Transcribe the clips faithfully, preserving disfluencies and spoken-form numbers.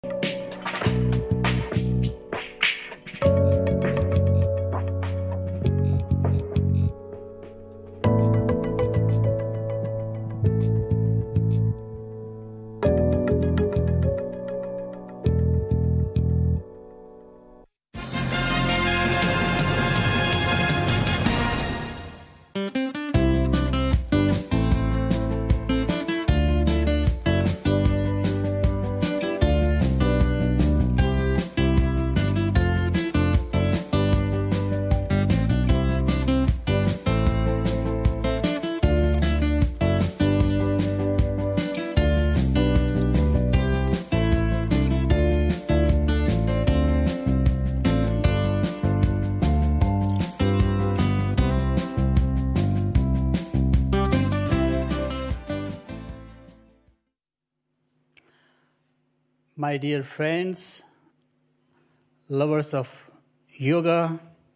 My dear friends, lovers of yoga,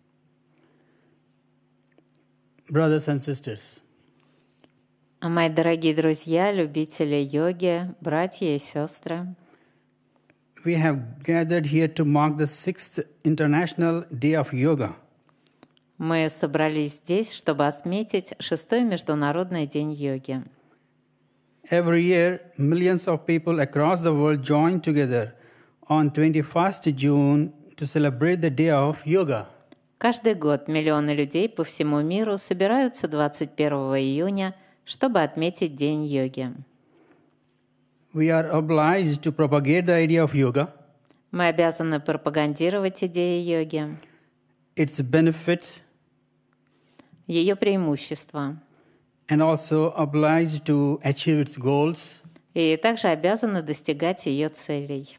brothers and sisters. Мои дорогие друзья, любители йоги, братья и сестры, we have gathered here to mark the sixth International Day of Yoga. Мы собрались здесь, чтобы отметить шестой Международный день йоги. Every year, millions of people across the world join together on twenty-first of June to celebrate the Day of Yoga. Каждый год миллионы людей по всему миру собираются двадцать первого июня, чтобы отметить День йоги. We are obliged to propagate the idea of yoga, Мы обязаны пропагандировать идеи йоги, its benefits, ее преимущества, and also obliged to achieve its goals. и также обязаны достигать ее целей.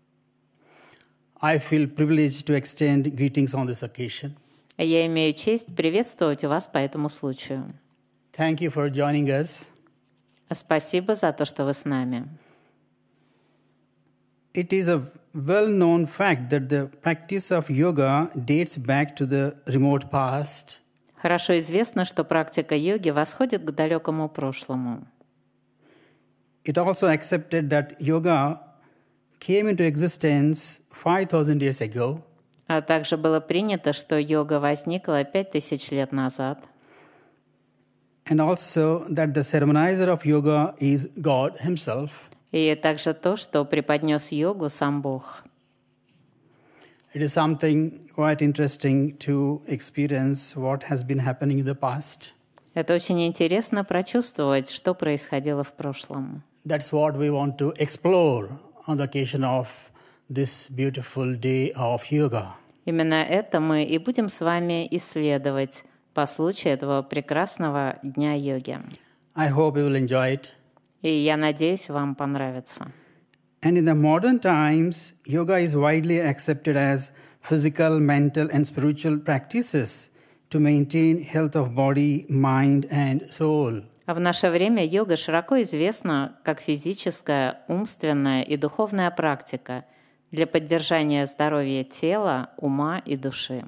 I feel privileged to extend greetings on this occasion. Я имею честь приветствовать вас по этому случаю. Thank you for joining us. Спасибо за то, что вы с нами. It is a well-known fact that the practice of yoga dates back to the remote past. Хорошо известно, что практика йоги восходит к далекому прошлому. It also accepted that yoga came into existence five thousand years ago. А также было принято, что йога возникла пять тысяч лет назад. And also that the ceremonizer of yoga is God himself. И также то, что преподнес йогу сам Бог. It is something quite interesting to experience what has been happening in the past. Это очень интересно прочувствовать, что происходило в прошлом. That's what we want to explore on the occasion of this beautiful day of yoga. Именно это мы и будем с вами исследовать по случаю этого прекрасного дня йоги. I hope you will enjoy it. И я надеюсь, вам понравится. And in the modern times, yoga is widely accepted as physical, mental, and spiritual practices to maintain health of body, mind, and soul. А в наше время йога широко известна как физическая, умственная и духовная практика для поддержания здоровья тела, ума и души.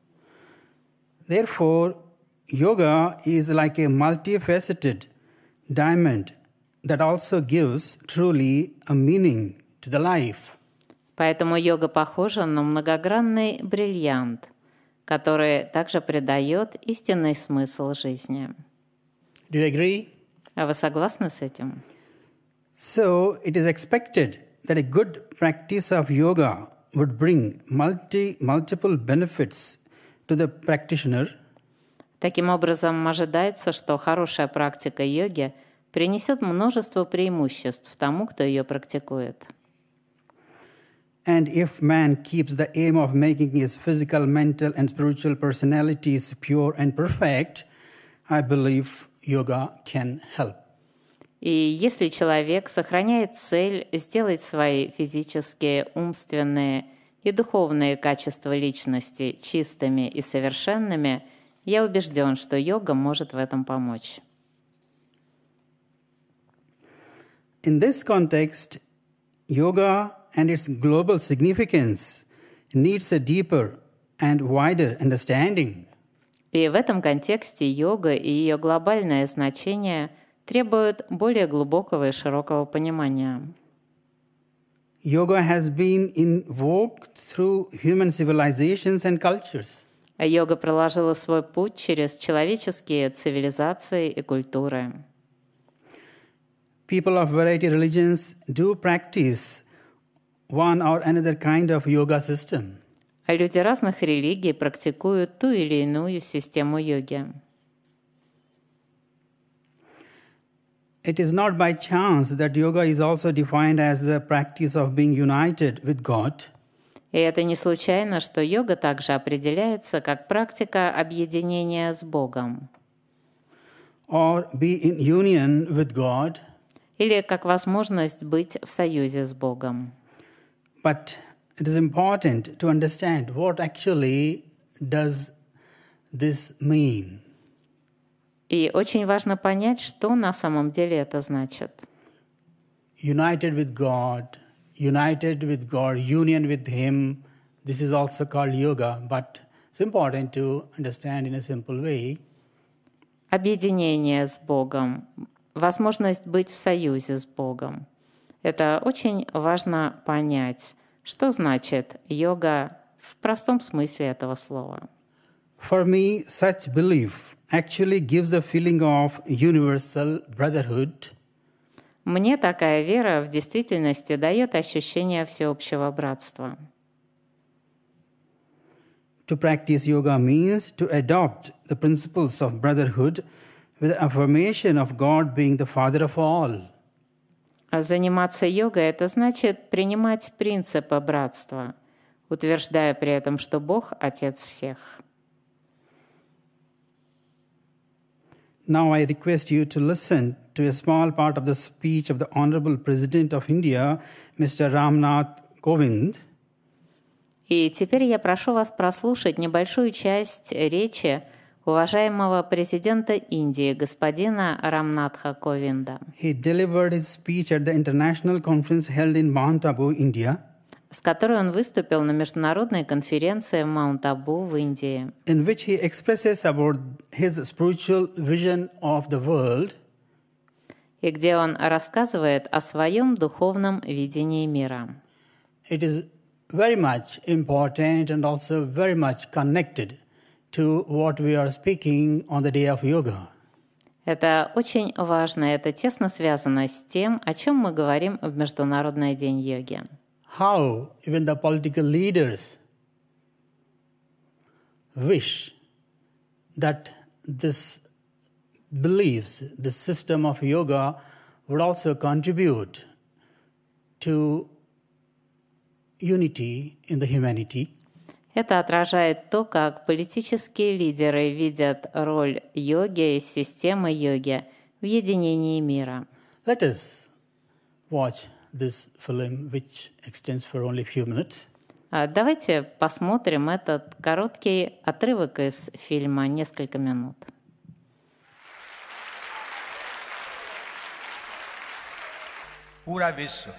Therefore, yoga is like a multifaceted diamond that also gives truly a meaning to the life. Поэтому йога похожа на многогранный бриллиант, который также придает истинный смысл жизни. Do you agree? А вы согласны с этим? So, it is expected that a good practice of yoga would bring multi, multiple benefits to the practitioner. Таким образом, ожидается, что хорошая практика йоги принесет множество преимуществ тому, кто ее практикует. And if man keeps the aim of making his physical, mental, and spiritual personalities pure and perfect, I believe yoga can help. И если человек сохраняет цель сделать свои физические, умственные и духовные качества личности чистыми и совершенными, я убежден, что йога может в этом помочь. In this context, yoga and its global significance needs a deeper and wider understanding. И в этом контексте йога и ее глобальное значение требуют более глубокого и широкого понимания. Yoga has been invoked through human civilizations and cultures. Йога проложила свой путь через человеческие цивилизации и культуры. People of variety religions do practice one or another kind of yoga system. Люди разных религий практикуют ту или иную систему йоги. It is not by chance that yoga is also defined as the practice of being united with God. И это не случайно, что йога также определяется как практика объединения с Богом. Or be in union with God. Или как возможность быть в союзе с Богом. But it is important to understand what actually does this mean. И очень важно понять, что на самом деле это значит. United with God, united with God, union with Him, this is also called yoga, but it's important to understand in a simple way. Объединение с Богом, возможность быть в союзе с Богом. Это очень важно понять, что значит йога в простом смысле этого слова. For me, such belief actually gives a feeling of universal brotherhood. Мне такая вера в действительности дает ощущение всеобщего братства. To practice yoga means to adopt the principles of brotherhood with the affirmation of God being the Father of all. А заниматься йогой — это значит принимать принципы братства, утверждая при этом, что Бог — Отец всех. Now I request you to listen to a small part of the speech of the Honorable President of India, Mister Ramnath Kovind. И теперь я прошу вас прослушать небольшую часть речи уважаемого президента Индии, господина Рамнатха Ковинда, He delivered his speech at the international conference held in Mount Abu, India, с которой он выступил на международной конференции в Маунт-Абу в Индии, in which he expresses about his spiritual vision of the world, и где он рассказывает о своем духовном видении мира. It is very much important and also very much connected to what we are speaking on the day of yoga. Это очень важно, это тесно связано с тем, о чем мы говорим в Международный день йоги. How even the political leaders wish that this beliefs, the system of yoga would also contribute to unity in the humanity. Это отражает то, как политические лидеры видят роль йоги, системы йоги в единении мира. Let us watch this film, which extends for only a few minutes. А давайте посмотрим этот короткий отрывок из фильма, несколько минут. पूरा विश्व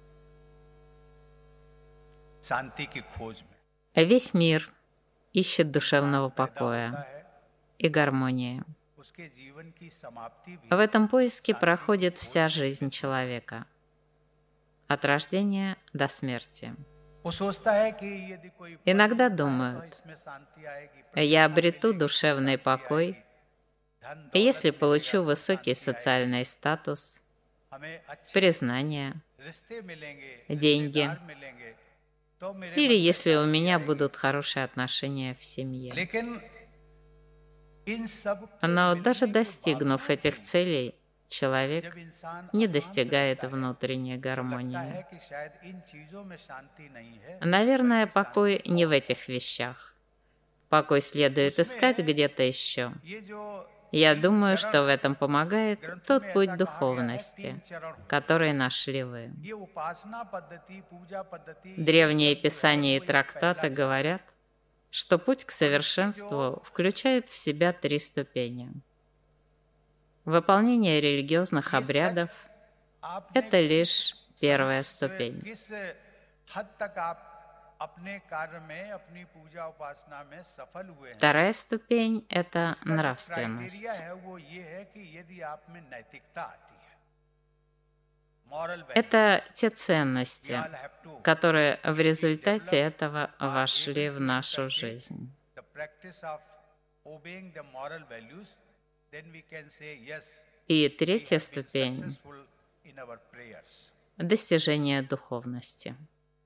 शांति की खोज में Весь мир ищет душевного покоя и гармонии. उसके जीवन की समाप्ति भी В этом поиске проходит вся жизнь человека, от рождения до смерти. वो सोचता है कि यदि कोई Иногда तो думают, इसमें शांति आएगी, я обрету душевный покой, धन и если получу высокий социальный статус, हमें अच्छे признание, रिश्ते मिलेंगे, деньги, रिश्तेदार मिलेंगे, तो मेरे или मन में если у शांति меня आएगी। будут хорошие отношения в семье. लेकिन इन सब के Но मिलने даже के достигнув बावजूद этих целей, человек जब इंसान не अशांत достигает रहता है, внутренней तो लगता гармонии. है कि शायद इन चीजों में शांति नहीं है, Наверное, बल्कि покой शांति не और в этих вещах. Покой следует искать где-то еще. ये जो Я तीन думаю, चरण что в этом помогает ग्रंथों тот में путь ऐसा कहा गया है, духовности, तीन चरण होते который нашли вы. हैं। ये उपासना पद्धति, पूजा पद्धति, ये Древние सब जो है, писания и वो एक трактаты पहला चरण говорят, что путь к совершенству включает в себя три ступени. Выполнение религиозных обрядов आपने – это лишь किस- первая किस- ступень. किस हद तक आप अपने कार्य में, अपनी पूजा उपासना में सफल हुए हैं। Вторая ступень – это इसका जो нравственность. क्राइटेरिया है वो ये है कि यदि आप में नैतिकता आती है, Это те ценности, которые в результате этого вошли в нашу жизнь. И третья ступень — достижение духовности.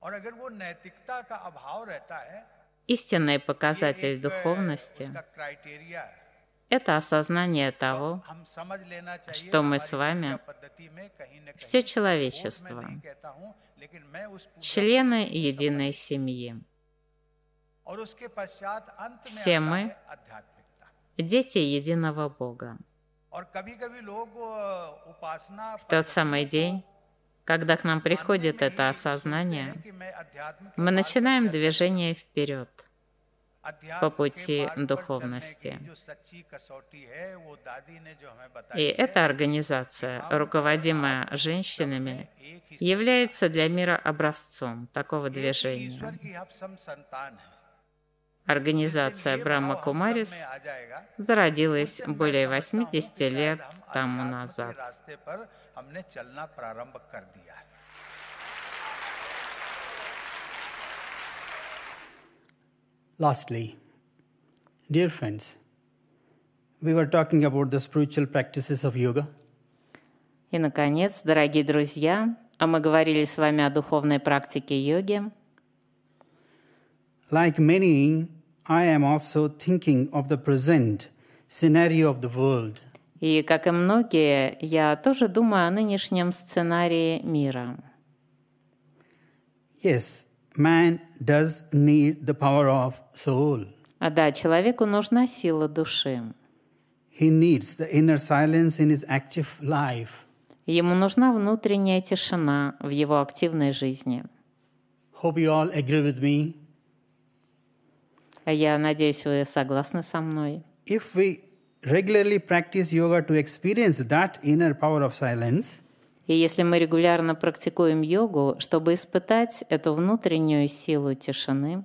Истинный показатель духовности — это осознание того, что мы с вами, все человечество, члены единой семьи. Все мы — дети единого Бога. В тот самый день, когда к нам приходит это осознание, мы начинаем движение вперед по пути духовности. И эта организация, руководимая женщинами, является для мира образцом такого движения. Организация Брахма Кумарис зародилась более восьмидесяти лет тому назад. Lastly, dear friends, we were talking about the spiritual practices of yoga. И, наконец, дорогие друзья, а мы говорили с вами о духовной практике йоги. Like many, I am also thinking of the present scenario of the world. И, как и многие, я тоже думаю о нынешнем сценарии мира. Yes, man does need the power of soul. А да, человеку нужна сила души. He needs the inner silence in his active life. Ему нужна внутренняя тишина в его активной жизни. Hope you all agree with me. Я надеюсь, вы согласны со мной. If we regularly practice yoga to experience that inner power of silence, и если мы регулярно практикуем йогу, чтобы испытать эту внутреннюю силу тишины,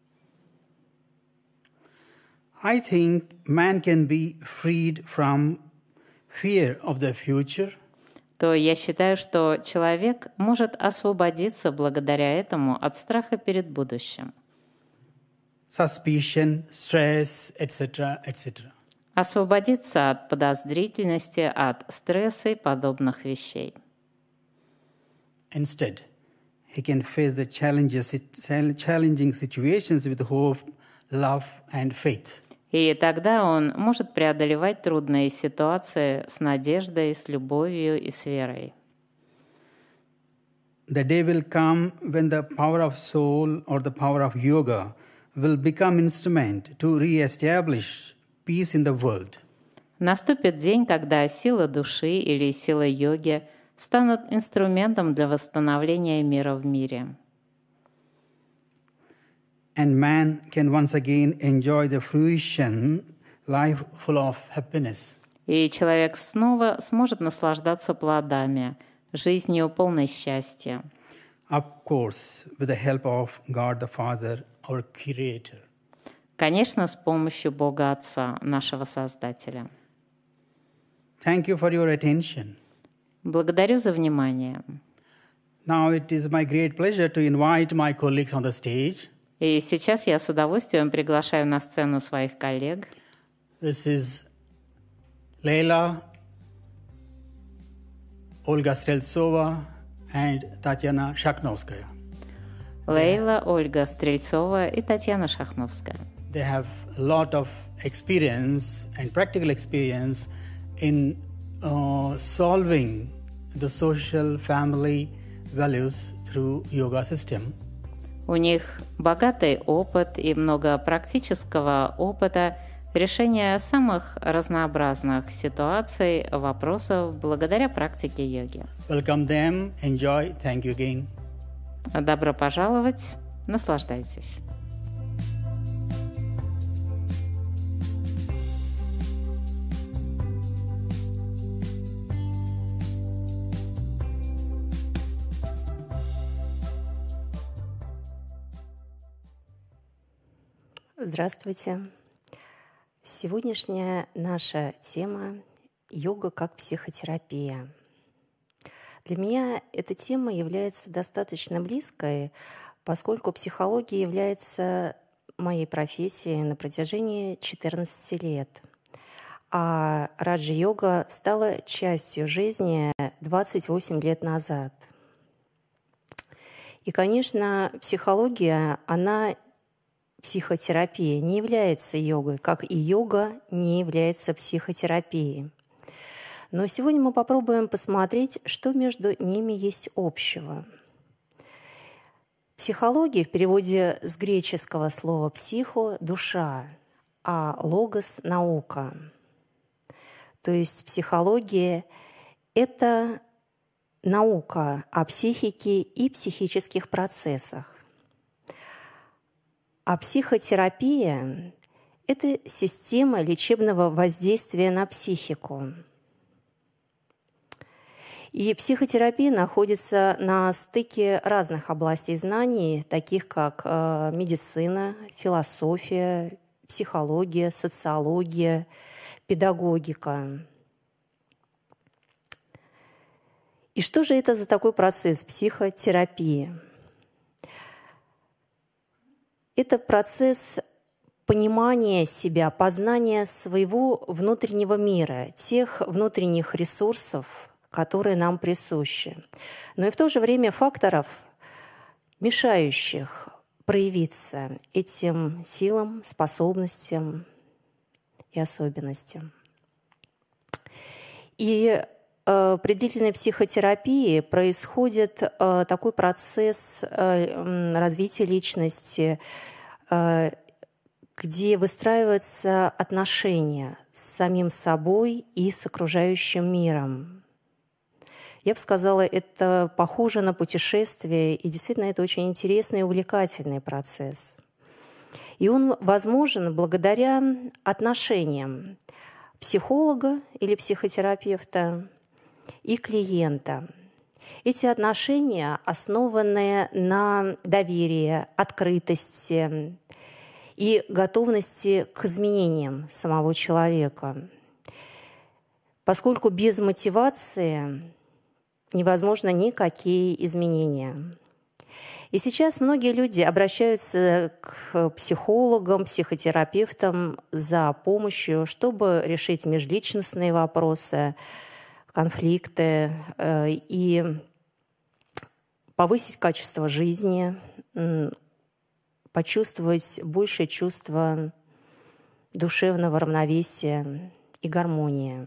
I think man can be freed from fear of the future, то я считаю, что человек может освободиться благодаря этому от страха перед будущим, suspicion, stress, et cetera, et cetera. освободиться от подозрительности, от стресса и подобных вещей. Instead, he can face the challenges, challenging situations with hope, love, and faith. И тогда он может преодолевать трудные ситуации с надеждой, с любовью и с верой. The day will come when the power of soul or the power of yoga will become instrument to re-establish peace in the world. Наступит день, когда сила души или сила йоги станут инструментом для восстановления мира в мире. And man can once again enjoy the fruition, life full of happiness. И человек снова сможет наслаждаться плодами, жизнью полной счастья. Of course, with the help of God the Father, our Creator. Конечно, с помощью Бога Отца, нашего Создателя. Thank you for your attention. Благодарю за внимание. Now it is my great pleasure to invite my colleagues on the stage. И сейчас я с удовольствием приглашаю на сцену своих коллег. This is Leila, Olga Streltsova, and Tatiana Shakhnovskaya. Лейла, Ольга Стрельцова и Татьяна Шахновская. They have a lot of experience and practical experience in uh, solving the social family values through yoga system. У них богатый опыт и много практического опыта решения самых разнообразных ситуаций, вопросов благодаря практике йоги. Welcome them, enjoy, thank you again. Добро пожаловать, наслаждайтесь. Здравствуйте. Сегодняшняя наша тема – йога как психотерапия. Для меня эта тема является достаточно близкой, поскольку психология является моей профессией на протяжении четырнадцати лет. А раджа-йога стала частью жизни двадцать восемь лет назад. И, конечно, психология, она, психотерапия, не является йогой, как и йога не является психотерапией. Но сегодня мы попробуем посмотреть, что между ними есть общего. Психология в переводе с греческого слова «психо» – душа, а «логос» – наука. То есть психология – это наука о психике и психических процессах. А психотерапия – это система лечебного воздействия на психику. И психотерапия находится на стыке разных областей знаний, таких как э, медицина, философия, психология, социология, педагогика. И что же это за такой процесс психотерапии? Это процесс понимания себя, познания своего внутреннего мира, тех внутренних ресурсов, которые нам присущи. Но и в то же время факторов, мешающих проявиться этим силам, способностям и особенностям. И э, при длительной психотерапии происходит э, такой процесс э, развития личности, э, где выстраиваются отношения с самим собой и с окружающим миром. Я бы сказала, это похоже на путешествие, и действительно это очень интересный и увлекательный процесс. И он возможен благодаря отношениям психолога или психотерапевта и клиента. Эти отношения основаны на доверии, открытости и готовности к изменениям самого человека. Поскольку без мотивации невозможно никакие изменения. И сейчас многие люди обращаются к психологам, психотерапевтам за помощью, чтобы решить межличностные вопросы, конфликты э, и повысить качество жизни, э, почувствовать большее чувство душевного равновесия и гармонии.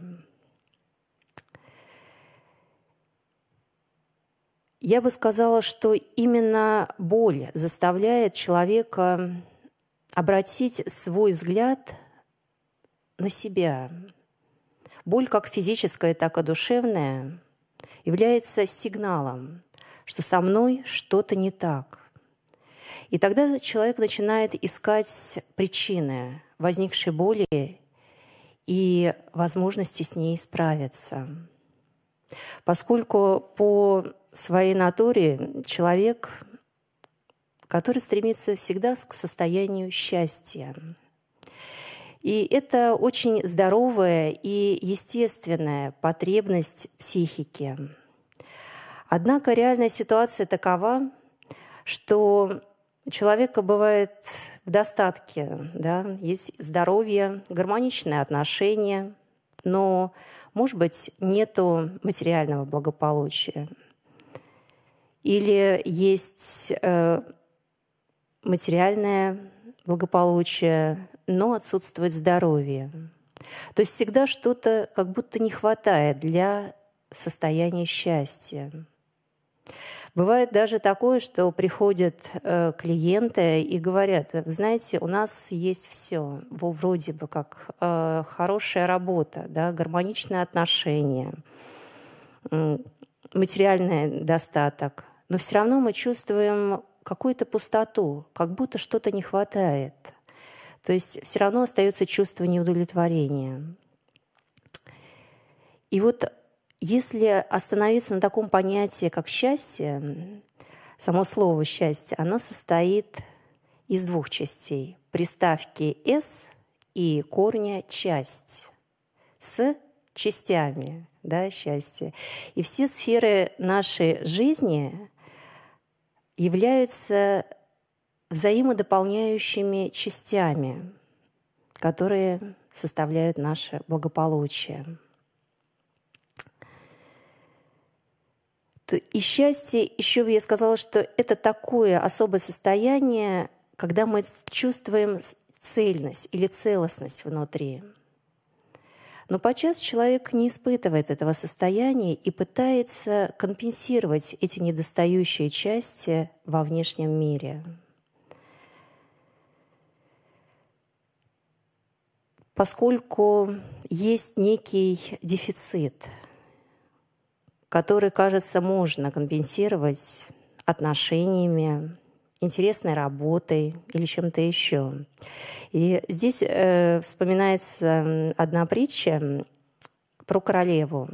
Я бы сказала, что именно боль заставляет человека обратить свой взгляд на себя. Боль, как физическая, так и душевная, является сигналом, что со мной что-то не так. И тогда человек начинает искать причины возникшей боли и возможности с ней справиться. Поскольку по своей натуре человек, который стремится всегда к состоянию счастья. И это очень здоровая и естественная потребность психики. Однако реальная ситуация такова, что у человека бывает в достатке, да, есть здоровье, гармоничные отношения, но, может быть, нету материального благополучия. Или есть э, материальное благополучие, но отсутствует здоровье. То есть всегда что-то как будто не хватает для состояния счастья. Бывает даже такое, что приходят э, клиенты и говорят: вы знаете, у нас есть все, вроде бы как э, хорошая работа, да, гармоничные отношения, э, материальный достаток, но все равно мы чувствуем какую-то пустоту, как будто что-то не хватает. То есть все равно остается чувство неудовлетворения. И вот если остановиться на таком понятии, как счастье, само слово «счастье», оно состоит из двух частей. Приставки «с» и корня «часть» с частями. да, счастье. И все сферы нашей жизни являются взаимодополняющими частями, которые составляют наше благополучие. И счастье, еще бы я сказала, что это такое особое состояние, когда мы чувствуем цельность или целостность внутри. Но подчас человек не испытывает этого состояния и пытается компенсировать эти недостающие части во внешнем мире. Поскольку есть некий дефицит, который, кажется, можно компенсировать отношениями, интересной работой или чем-то еще. И здесь э, вспоминается одна притча про королеву.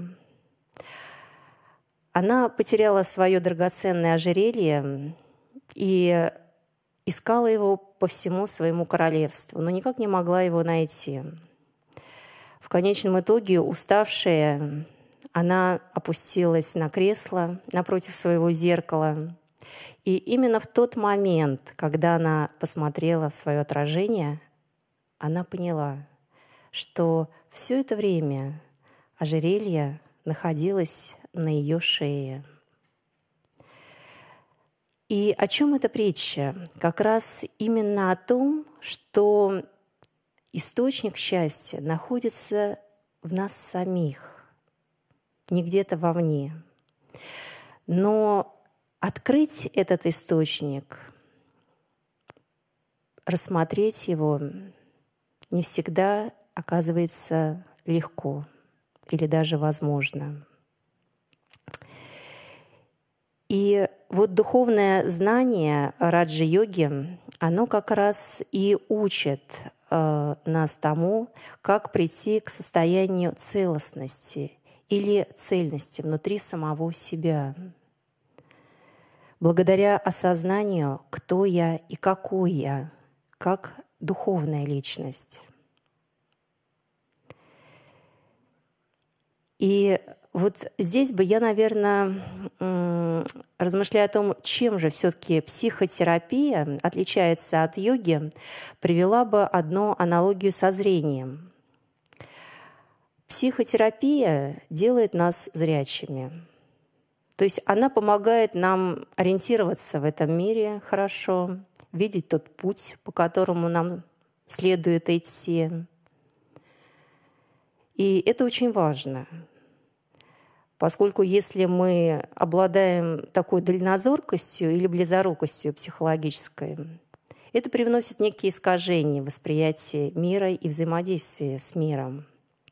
Она потеряла свое драгоценное ожерелье и искала его по всему своему королевству, но никак не могла его найти. В конечном итоге, уставшая, она опустилась на кресло напротив своего зеркала. И именно в тот момент, когда она посмотрела в свое отражение, она поняла, что все это время ожерелье находилось на ее шее. И о чем эта притча? Как раз именно о том, что источник счастья находится в нас самих, не где-то вовне. Но открыть этот источник, рассмотреть его не всегда оказывается легко или даже возможно. И вот духовное знание раджа-йоги, оно как раз и учит э, нас тому, как прийти к состоянию целостности или цельности внутри самого себя. Благодаря осознанию, кто я и какой я, как духовная личность. И вот здесь бы я, наверное, размышляя о том, чем же все-таки психотерапия отличается от йоги, привела бы одну аналогию со зрением. Психотерапия делает нас зрячими. То есть она помогает нам ориентироваться в этом мире хорошо, видеть тот путь, по которому нам следует идти. И это очень важно, поскольку если мы обладаем такой дальнозоркостью или близорукостью психологической, это привносит некие искажения в восприятии мира и взаимодействия с миром.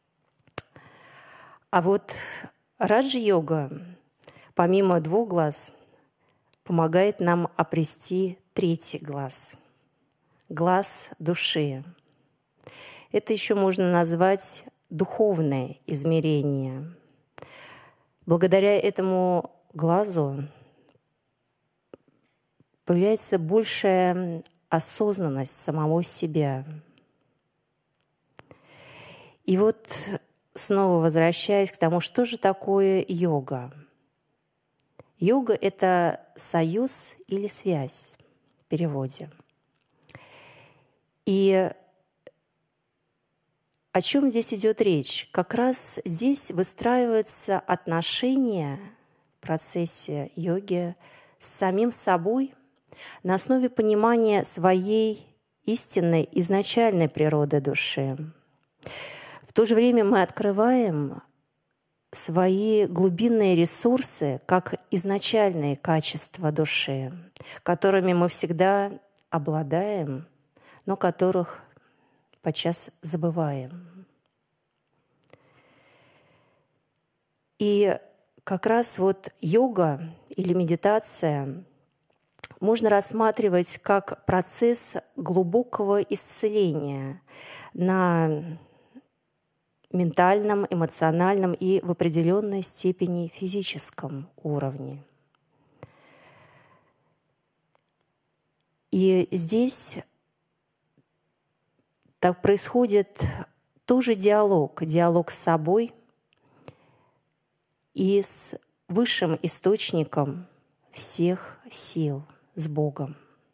А вот раджа-йога, помимо двух глаз, помогает нам обрести третий глаз — глаз души. Это еще можно назвать духовное измерение. Благодаря этому глазу появляется большая осознанность самого себя. И вот снова возвращаясь к тому, что же такое йога. Йога — это союз или связь в переводе. И о чем здесь идет речь? Как раз здесь выстраиваются отношения в процессе йоги с самим собой на основе понимания своей истинной изначальной природы души. В то же время мы открываем свои глубинные ресурсы как изначальные качества души, которыми мы всегда обладаем, но которых подчас забываем. И как раз вот йога или медитация можно рассматривать как процесс глубокого исцеления на ментальном, эмоциональном и в определенной степени физическом уровне. И здесь так происходит тоже диалог, диалог с собой, и с высшим источником всех сил, с Богом.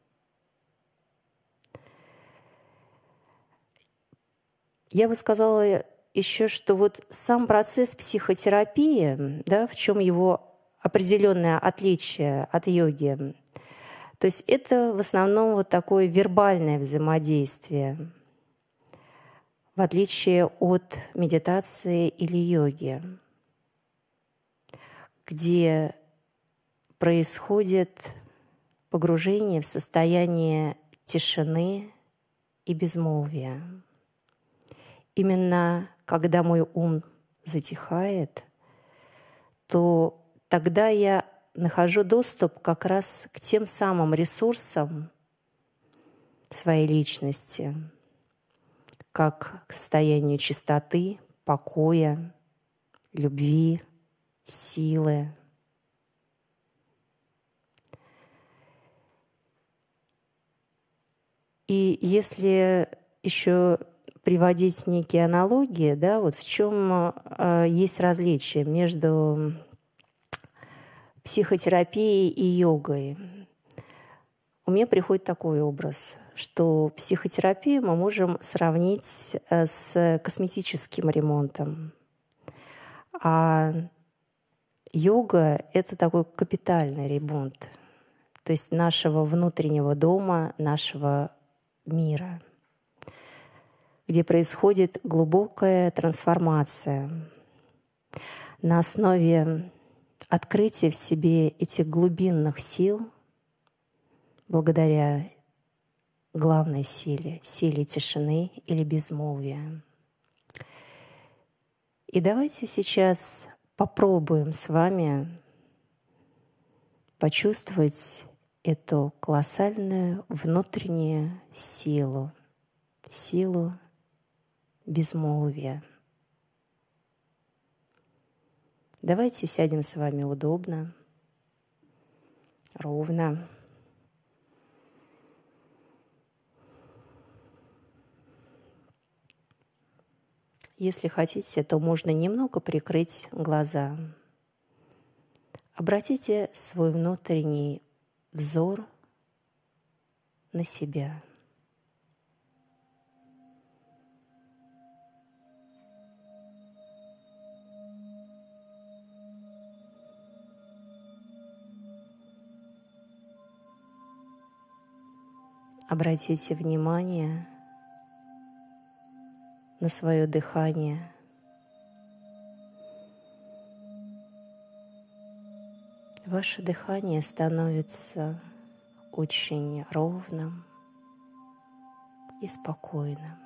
Я бы сказала еще, что вот сам процесс психотерапии, да, в чем его определенное отличие от йоги, то есть это в основном вот такое вербальное взаимодействие, в отличие от медитации или йоги, где происходит погружение в состояние тишины и безмолвия. Именно когда мой ум затихает, то тогда я нахожу доступ как раз к тем самым ресурсам своей личности, как к состоянию чистоты, покоя, любви, силы. И если еще приводить некие аналогии, да, вот в чем э, есть различие между психотерапией и йогой. У меня приходит такой образ, что психотерапию мы можем сравнить э, с косметическим ремонтом, а йога — это такой капитальный ремонт, то есть нашего внутреннего дома, нашего мира, где происходит глубокая трансформация на основе открытия в себе этих глубинных сил, благодаря главной силе, силе тишины или безмолвия. И давайте сейчас попробуем с вами почувствовать эту колоссальную внутреннюю силу, силу безмолвия. Давайте сядем с вами удобно, ровно. Если хотите, то можно немного прикрыть глаза. Обратите свой внутренний взор на себя. Обратите внимание на свое дыхание. Ваше дыхание становится очень ровным и спокойным.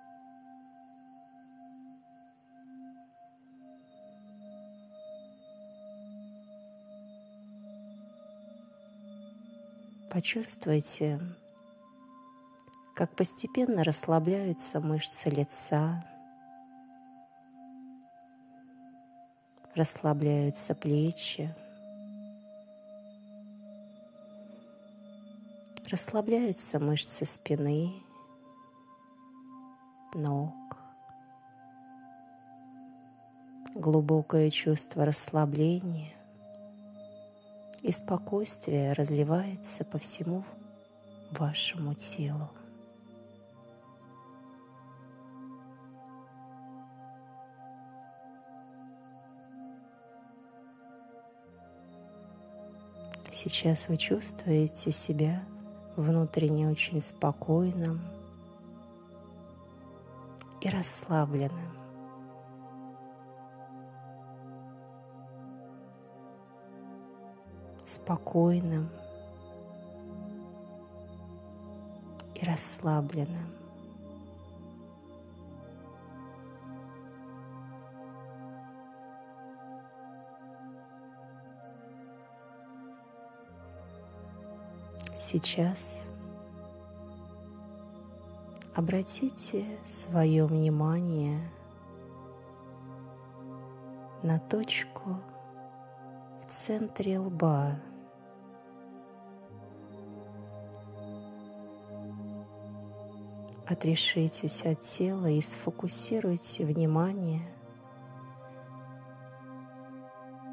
Почувствуйте, как постепенно расслабляются мышцы лица, расслабляются плечи, расслабляются мышцы спины, ног. Глубокое чувство расслабления и спокойствия разливается по всему вашему телу. Сейчас вы чувствуете себя внутренне очень спокойным и расслабленным. Спокойным и расслабленным. Сейчас обратите свое внимание на точку в центре лба. Отрешитесь от тела и сфокусируйте внимание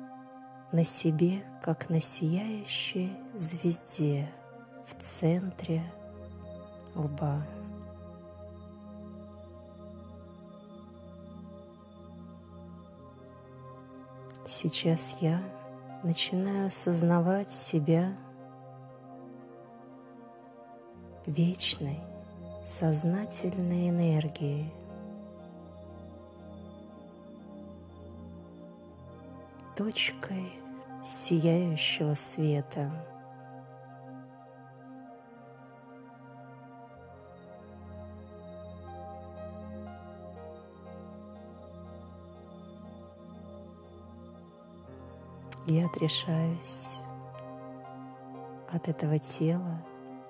на себе, как на сияющей звезде в центре лба. Сейчас я начинаю осознавать себя вечной, сознательной энергией, точкой сияющего света. Я отрешаюсь от этого тела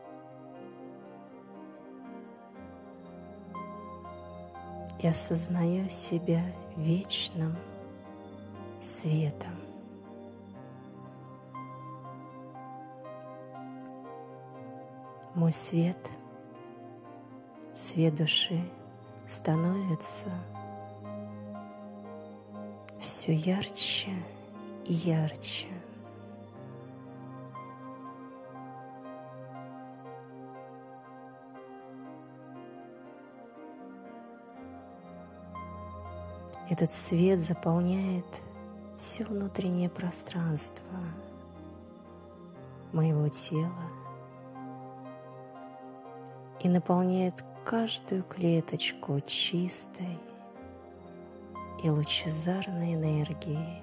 и осознаю себя вечным светом. Мой свет, свет души, становится все ярче и ярче. Этот свет заполняет все внутреннее пространство моего тела и наполняет каждую клеточку чистой и лучезарной энергией.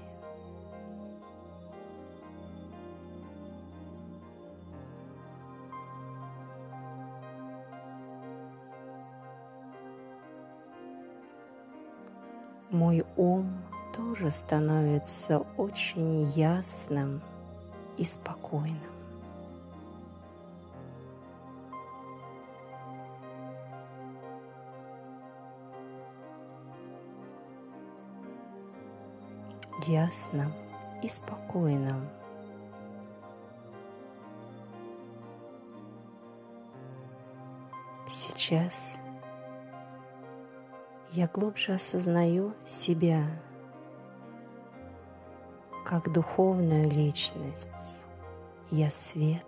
Мой ум тоже становится очень ясным и спокойным. Ясным и спокойным. Сейчас я глубже осознаю себя как духовную личность. Я свет,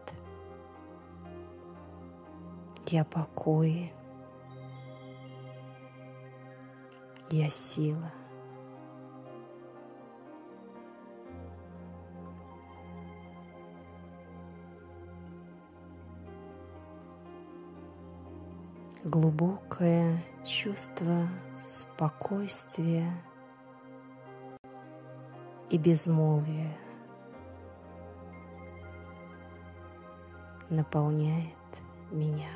я покой, я сила. Глубокое чувство спокойствия и безмолвия наполняет меня.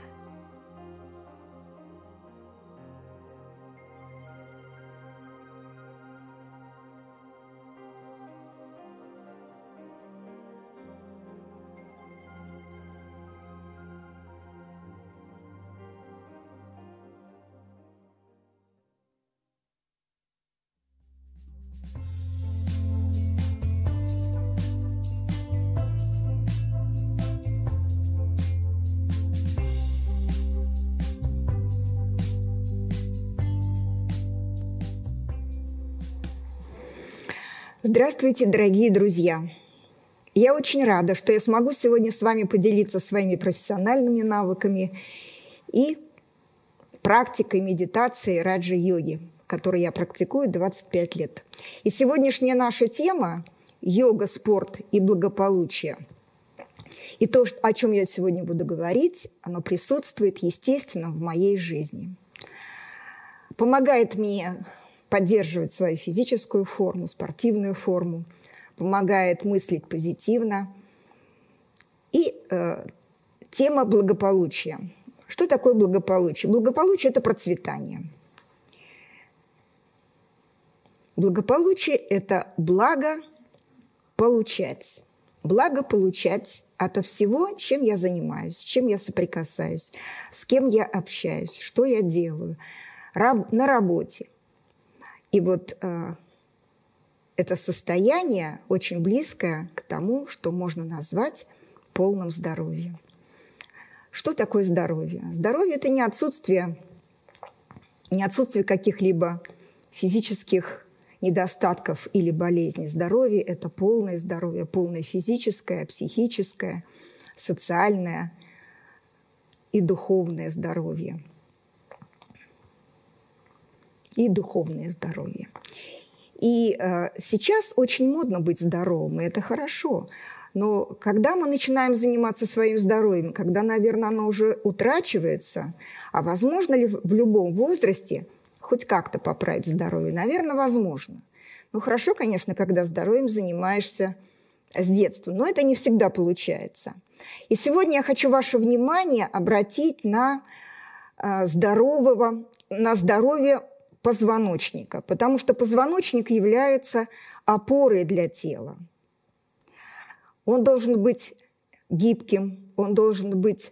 Здравствуйте, дорогие друзья! Я очень рада, что я смогу сегодня с вами поделиться своими профессиональными навыками и практикой медитации раджа-йоги, которую я практикую двадцать пять лет. И сегодняшняя наша тема – йога, спорт и благополучие. И то, о чем я сегодня буду говорить, оно присутствует, естественно, в моей жизни. Помогает мне поддерживать свою физическую форму, спортивную форму, помогает мыслить позитивно. И э, тема благополучия. Что такое благополучие? Благополучие – это процветание. Благополучие – это благо получать. Благо получать от всего, чем я занимаюсь, с чем я соприкасаюсь, с кем я общаюсь, что я делаю раб, на работе. И вот э, это состояние очень близкое к тому, что можно назвать полным здоровьем. Что такое здоровье? Здоровье – это не отсутствие, не отсутствие каких-либо физических недостатков или болезней. Здоровье – это полное здоровье, полное физическое, психическое, социальное и духовное здоровье. И духовное здоровье. И э, сейчас очень модно быть здоровым, и это хорошо. Но когда мы начинаем заниматься своим здоровьем, когда, наверное, оно уже утрачивается, а возможно ли в любом возрасте хоть как-то поправить здоровье? Наверное, возможно. Ну, хорошо, конечно, когда здоровьем занимаешься с детства, но это не всегда получается. И сегодня я хочу ваше внимание обратить на, э, здорового, на здоровье позвоночника, потому что позвоночник является опорой для тела. Он должен быть гибким, он должен быть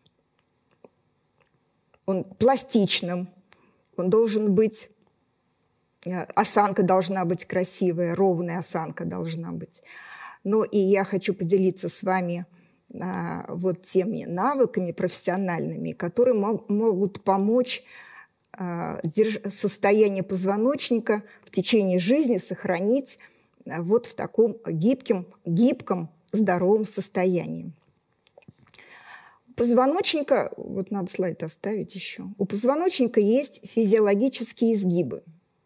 он пластичным, он должен быть, осанка должна быть красивая, ровная осанка должна быть. Ну и я хочу поделиться с вами а, вот теми навыками профессиональными, которые мог, могут помочь а, держ, состояние позвоночника в течение жизни сохранить а, вот в таком гибком, гибком, здоровом состоянии. У позвоночника, вот надо слайд оставить еще, у позвоночника есть физиологические изгибы,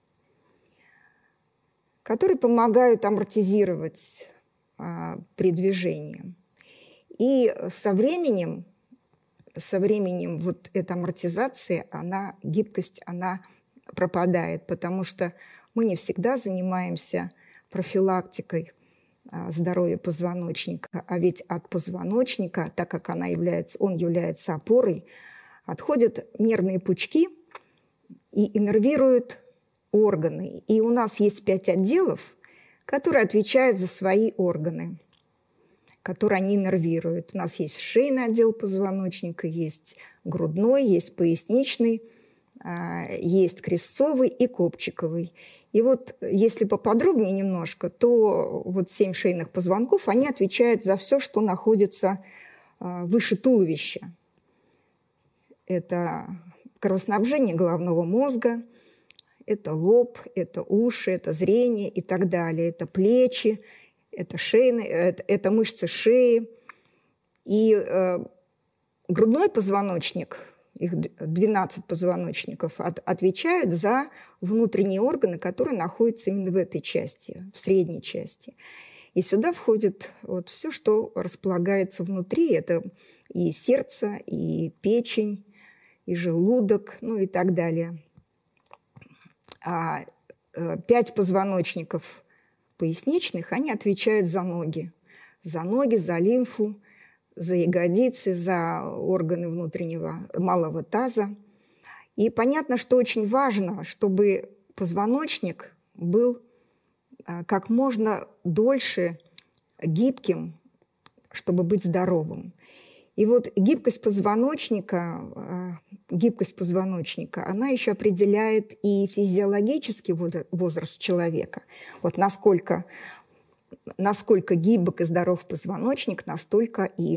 которые помогают амортизировать а, при движении. И со временем, со временем вот эта амортизация, она, гибкость, она пропадает, потому что мы не всегда занимаемся профилактикой здоровья позвоночника, а ведь от позвоночника, так как она является, он является опорой, отходят нервные пучки и иннервируют органы. И у нас есть пять отделов, которые отвечают за свои органы, которые они иннервируют. У нас есть шейный отдел позвоночника, есть грудной, есть поясничный, есть крестцовый и копчиковый. И вот если поподробнее немножко, то вот семь шейных позвонков, они отвечают за все, что находится выше туловища. Это кровоснабжение головного мозга, это лоб, это уши, это зрение и так далее. Это плечи, это, шейные, это, это мышцы шеи. И э, грудной позвоночник, их двенадцать позвоночников, от, отвечают за внутренние органы, которые находятся именно в этой части, в средней части. И сюда входит вот все, что располагается внутри. Это и сердце, и печень, и желудок, ну и так далее. А пять позвоночников поясничных, они отвечают за ноги. За ноги, за лимфу, за ягодицы, за органы внутреннего малого таза. И понятно, что очень важно, чтобы позвоночник был как можно дольше гибким, чтобы быть здоровым. И вот гибкость позвоночника, гибкость позвоночника, она еще определяет и физиологический возраст человека. Вот насколько, насколько гибок и здоров позвоночник, настолько и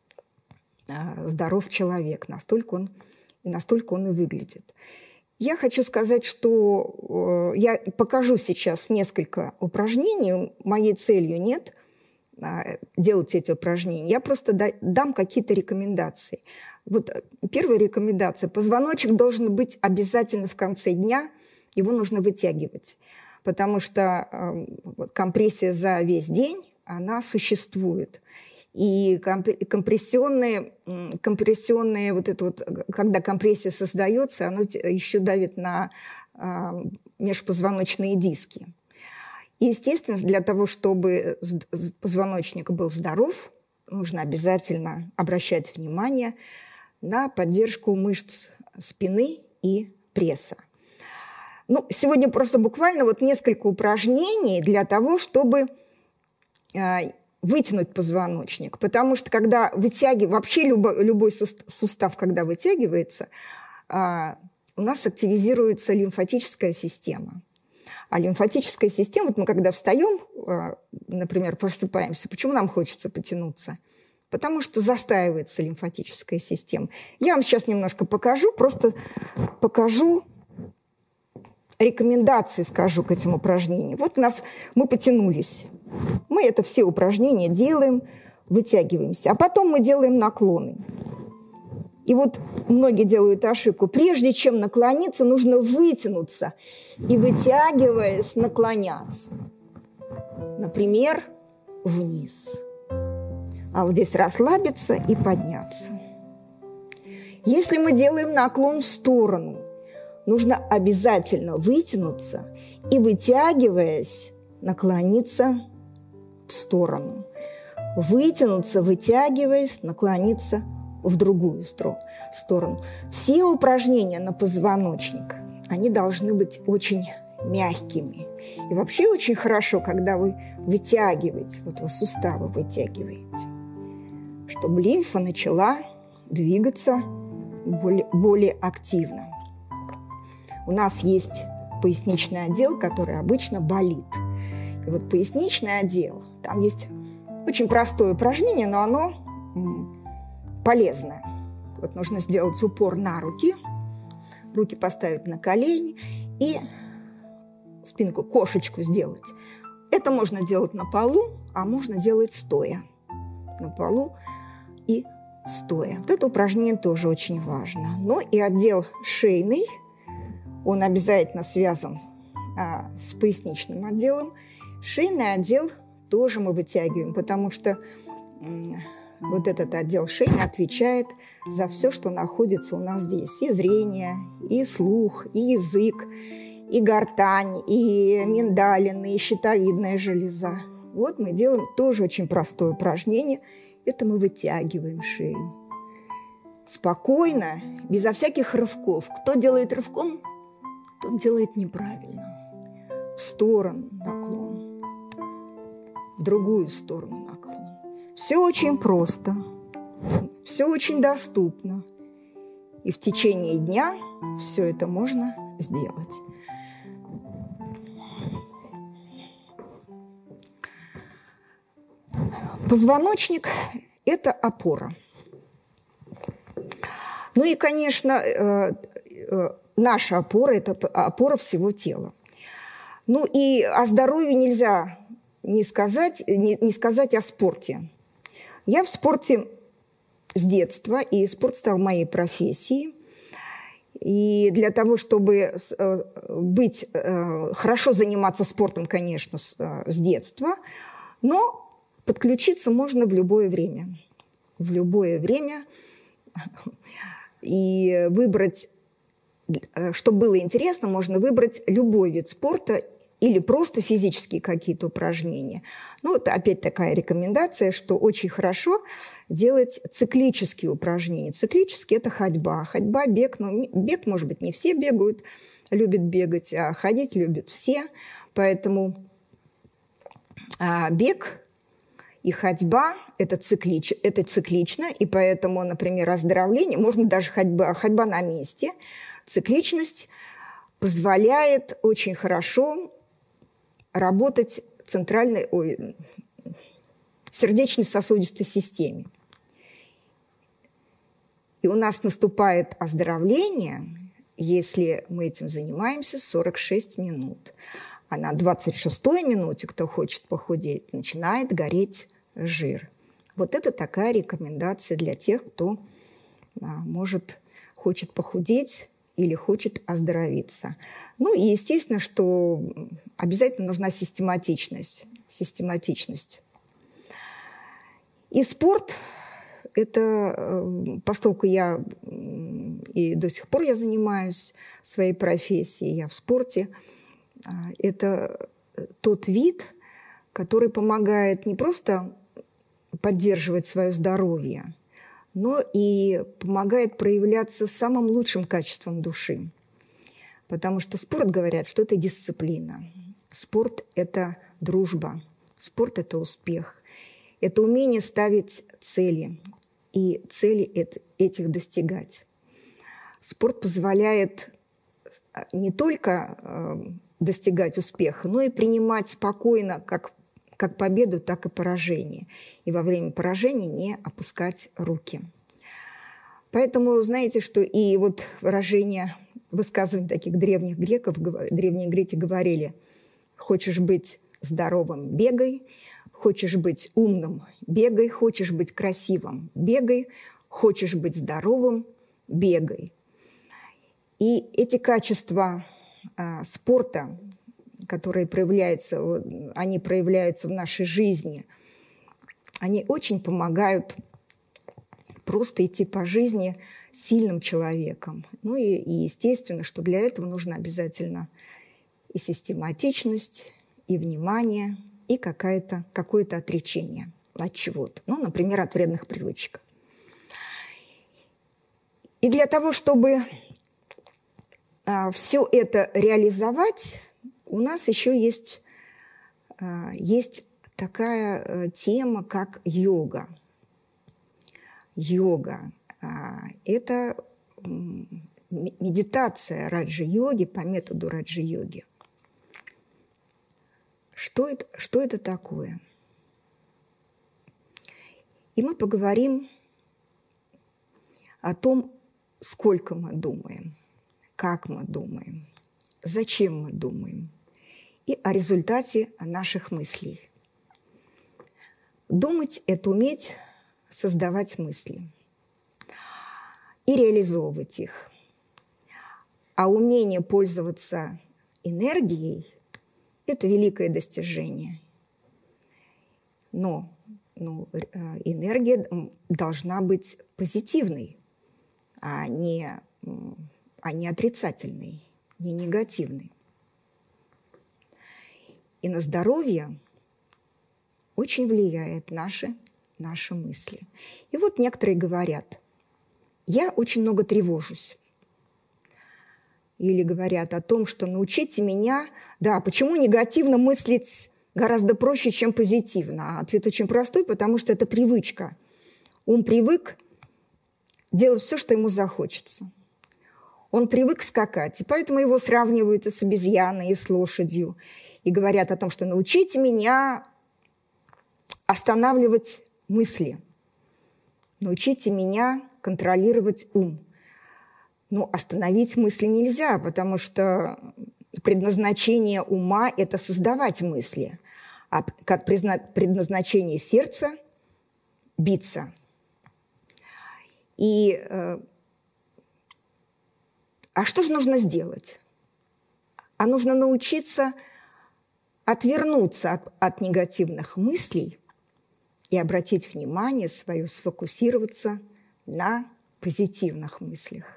здоров человек, настолько он, настолько он и выглядит. Я хочу сказать, что я покажу сейчас несколько упражнений. Моей целью нет делать эти упражнения. Я просто дам какие-то рекомендации. Вот первая рекомендация. Позвоночник должен быть обязательно в конце дня, его нужно вытягивать, потому что компрессия за весь день, она существует. И компрессионные, компрессионные вот это вот, когда компрессия создается, оно еще давит на межпозвоночные диски. И, естественно, для того, чтобы позвоночник был здоров, нужно обязательно обращать внимание на поддержку мышц спины и пресса. Ну, сегодня просто буквально вот несколько упражнений для того, чтобы вытянуть позвоночник. Потому что когда вытягиваем, вообще любой, любой сустав, когда вытягивается, у нас активизируется лимфатическая система. А лимфатическая система, вот мы когда встаем, например, просыпаемся, почему нам хочется потянуться? Потому что застаивается лимфатическая система. Я вам сейчас немножко покажу, просто покажу рекомендации скажу к этим упражнениям. Вот у нас мы потянулись. Мы это все упражнения делаем, вытягиваемся. А потом мы делаем наклоны. И вот многие делают ошибку. Прежде чем наклониться, нужно вытянуться и, вытягиваясь, наклоняться. Например, вниз. А вот здесь расслабиться и подняться. Если мы делаем наклон в сторону, нужно обязательно вытянуться и, вытягиваясь, наклониться в сторону. Вытянуться, вытягиваясь, наклониться в другую сторону. Все упражнения на позвоночник, они должны быть очень мягкими. И вообще очень хорошо, когда вы вытягиваете, вот вы суставы вытягиваете, чтобы лимфа начала двигаться более, более активно. У нас есть поясничный отдел, который обычно болит. И вот поясничный отдел, там есть очень простое упражнение, но оно полезное. Вот нужно сделать упор на руки, руки поставить на колени и спинку, кошечку сделать. Это можно делать на полу, а можно делать стоя. На полу и стоя. Вот это упражнение тоже очень важно. Ну и отдел шейный, он обязательно связан а, с поясничным отделом. Шейный отдел тоже мы вытягиваем, потому что м, вот этот отдел шейный отвечает за все, что находится у нас здесь. И зрение, и слух, и язык, и гортань, и миндалины, и щитовидная железа. Вот мы делаем тоже очень простое упражнение. Это мы вытягиваем шею. Спокойно, безо всяких рывков. Кто делает рывком, тот делает неправильно. В сторону наклон, в другую сторону наклон. Все очень просто, все очень доступно. И в течение дня все это можно сделать. Позвоночник – это опора. Ну и, конечно, наша опора – это опора всего тела. Ну и о здоровье нельзя не сказать, не, не сказать о спорте. Я в спорте с детства, и спорт стал моей профессией. И для того, чтобы быть, хорошо заниматься спортом, конечно, с, с детства, но подключиться можно в любое время. В любое время. И выбрать, чтобы было интересно, можно выбрать любой вид спорта или просто физические какие-то упражнения. Ну, вот опять такая рекомендация, что очень хорошо делать циклические упражнения. Циклические – это ходьба. Ходьба, бег. Ну, бег, может быть, не все бегают, любят бегать, а ходить любят все. Поэтому а, бег и ходьба – это, циклич, это циклично, и поэтому, например, оздоровление, можно даже ходьба, ходьба на месте. Цикличность позволяет очень хорошо работать центральной, ой, сердечно-сосудистой системе. И у нас наступает оздоровление, если мы этим занимаемся сорок шесть минут. А на двадцать шестой минуте, кто хочет похудеть, начинает гореть жир. Вот это такая рекомендация для тех, кто а, может, хочет похудеть или хочет оздоровиться. Ну и естественно, что обязательно нужна систематичность. Систематичность. И спорт – это, поскольку я и до сих пор я занимаюсь своей профессией, я в спорте, это тот вид, который помогает не просто поддерживать свое здоровье, но и помогает проявляться самым лучшим качеством души. Потому что спорт, говорят, что это дисциплина. Спорт – это дружба. Спорт – это успех. Это умение ставить цели и цели этих достигать. Спорт позволяет не только достигать успеха, но и принимать спокойно как, как победу, так и поражение. И во время поражения не опускать руки. Поэтому знаете, что и вот выражение высказываний таких древних греков, древние греки говорили: хочешь быть здоровым – бегай, хочешь быть умным – бегай, хочешь быть красивым – бегай, хочешь быть здоровым – бегай. И эти качества а, спорта, которые проявляются, они проявляются в нашей жизни, они очень помогают просто идти по жизни сильным человеком. Ну и, и естественно, что для этого нужно обязательно и систематичность, и внимание, и какое-то, какое-то отречение от чего-то. Ну, например, от вредных привычек. И для того, чтобы а, все это реализовать, у нас еще есть, а, есть такая а, тема, как йога. Йога а, – это медитация раджа-йоги по методу раджа-йоги. Что это, что это такое? И мы поговорим о том, сколько мы думаем, как мы думаем, зачем мы думаем, и о результате наших мыслей. Думать – это уметь создавать мысли и реализовывать их. А умение пользоваться энергией – это великое достижение. Но ну, энергия должна быть позитивной, а не, а не отрицательной, не негативной. И на здоровье очень влияют наши, наши мысли. И вот некоторые говорят: я очень много тревожусь. Или говорят о том, что научите меня, да, почему негативно мыслить гораздо проще, чем позитивно. А ответ очень простой, потому что это привычка. Ум привык делать все, что ему захочется. Он привык скакать, и поэтому его сравнивают и с обезьяной, и с лошадью. И говорят о том, что научите меня останавливать мысли, научите меня контролировать ум. Но остановить мысли нельзя, потому что предназначение ума – это создавать мысли, а как предназначение сердца – биться. И, э, а что же нужно сделать? А нужно научиться отвернуться от, от негативных мыслей и обратить внимание свое, сфокусироваться на позитивных мыслях.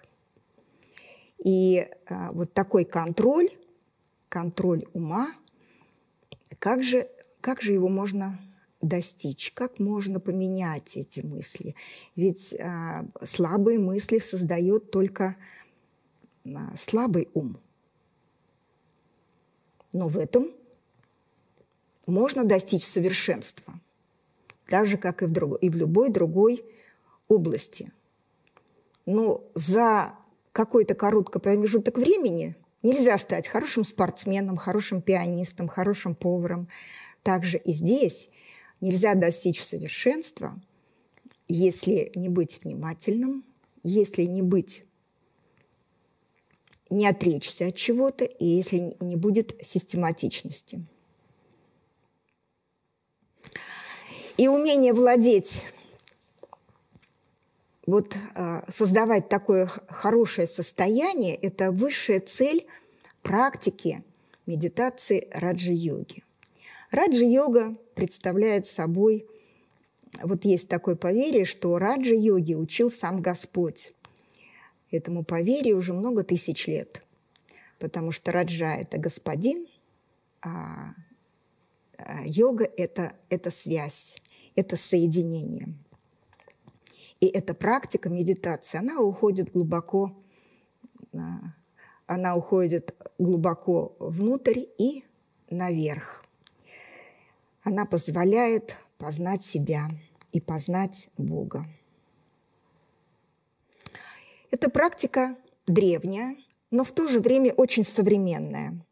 И а, вот такой контроль, контроль ума, как же, как же его можно достичь, как можно поменять эти мысли? Ведь а, слабые мысли создает только а, слабый ум. Но в этом можно достичь совершенства, так же, как и в, друг, и в любой другой области. Но за какой-то короткий промежуток времени нельзя стать хорошим спортсменом, хорошим пианистом, хорошим поваром. Также и здесь нельзя достичь совершенства, если не быть внимательным, если не быть, не отречься от чего-то, и если не будет систематичности. И умение владеть, вот создавать такое хорошее состояние – это высшая цель практики медитации раджа-йоги. Раджа-йога представляет собой, вот есть такое поверье, что раджа-йоги учил сам Господь. Этому поверью уже много тысяч лет, потому что раджа – это господин, а йога – это, это связь, это соединение. И эта практика медитации, она уходит глубоко, она уходит глубоко внутрь и наверх. Она позволяет познать себя и познать Бога. Эта практика древняя, но в то же время очень современная.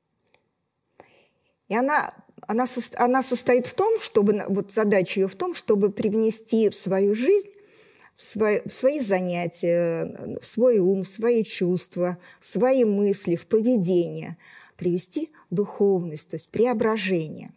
И она, она, она состоит в том, чтобы, вот задача ее в том, чтобы привнести в свою жизнь, в в свои, в свои занятия, в свой ум, в свои чувства, в свои мысли, в поведение, привести духовность, то есть преображение.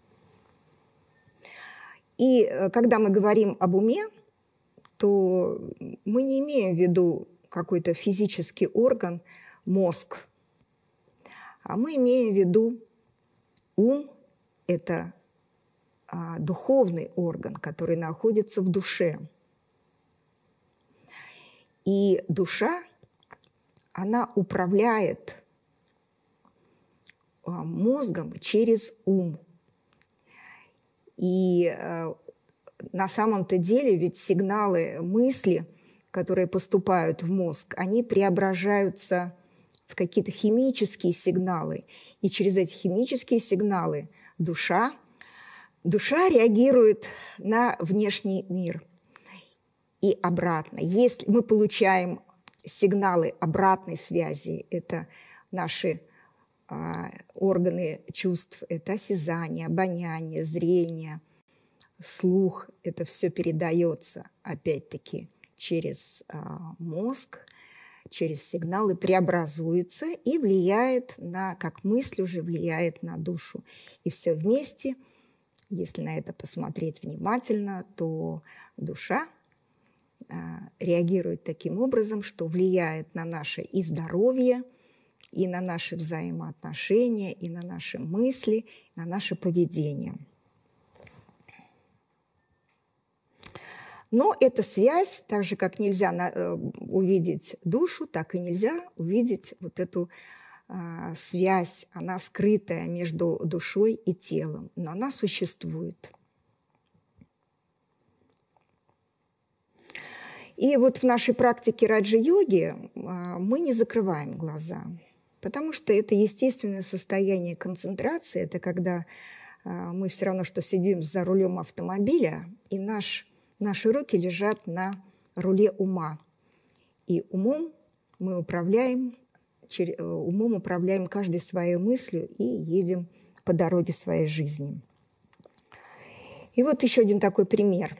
И когда мы говорим об уме, то мы не имеем в виду какой-то физический орган, мозг, а мы имеем в виду ум – это а, духовный орган, который находится в душе. И душа, она управляет а, мозгом через ум. И а, на самом-то деле ведь сигналы мысли, которые поступают в мозг, они преображаются в какие-то химические сигналы. И через эти химические сигналы душа, душа реагирует на внешний мир. И обратно. Если мы получаем сигналы обратной связи, это наши а, органы чувств, это осязание, обоняние, зрение, слух, это все передается опять-таки через а, мозг, через сигналы преобразуется и влияет на, как мысль уже влияет на душу. И все вместе, если на это посмотреть внимательно, то душа а, реагирует таким образом, что влияет на наше и здоровье, и на наши взаимоотношения, и на наши мысли, и на наше поведение. Но эта связь, так же, как нельзя на, э, увидеть душу, так и нельзя увидеть вот эту э, связь, она скрытая между душой и телом, но она существует. И вот в нашей практике раджа-йоги э, мы не закрываем глаза, потому что это естественное состояние концентрации, это когда э, мы все равно, что сидим за рулем автомобиля, и наш Наши руки лежат на руле ума. И умом мы управляем, умом управляем каждой своей мыслью и едем по дороге своей жизни. И вот еще один такой пример.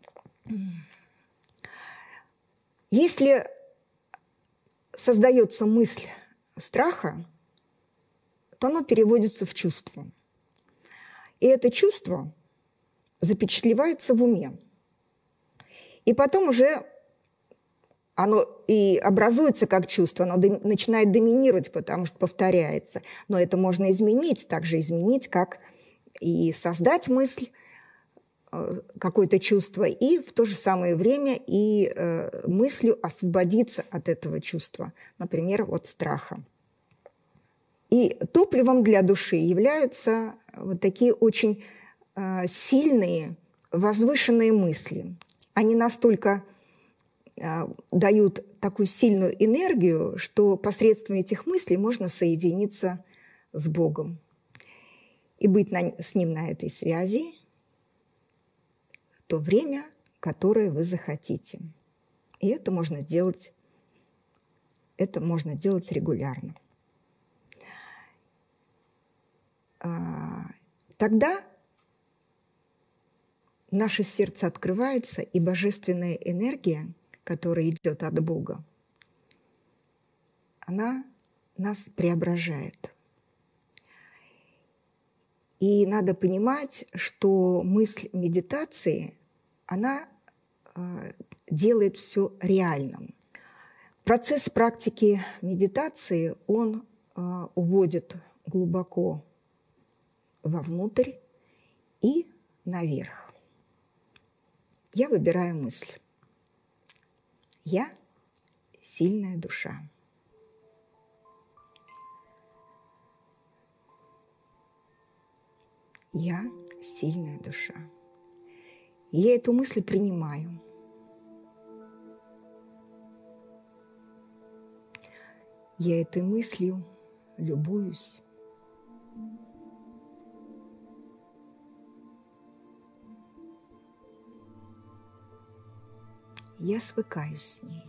Если создается мысль страха, то оно переводится в чувство. И это чувство запечатлевается в уме. И потом уже оно и образуется как чувство, оно начинает доминировать, потому что повторяется. Но это можно изменить, также изменить, как и создать мысль, какое-то чувство, и в то же самое время и мыслью освободиться от этого чувства, например, от страха. И топливом для души являются вот такие очень сильные, возвышенные мысли. Они настолько э, дают такую сильную энергию, что посредством этих мыслей можно соединиться с Богом и быть на, с Ним на этой связи в то время, которое вы захотите. И это можно делать, это можно делать регулярно. А, тогда наше сердце открывается, и божественная энергия, которая идет от Бога, она нас преображает. И надо понимать, что мысль медитации, она э, делает все реальным. Процесс практики медитации, он э, уводит глубоко вовнутрь и наверх. Я выбираю мысль. Я сильная душа. Я сильная душа. И я эту мысль принимаю. Я этой мыслью любуюсь. Я свыкаюсь с ней.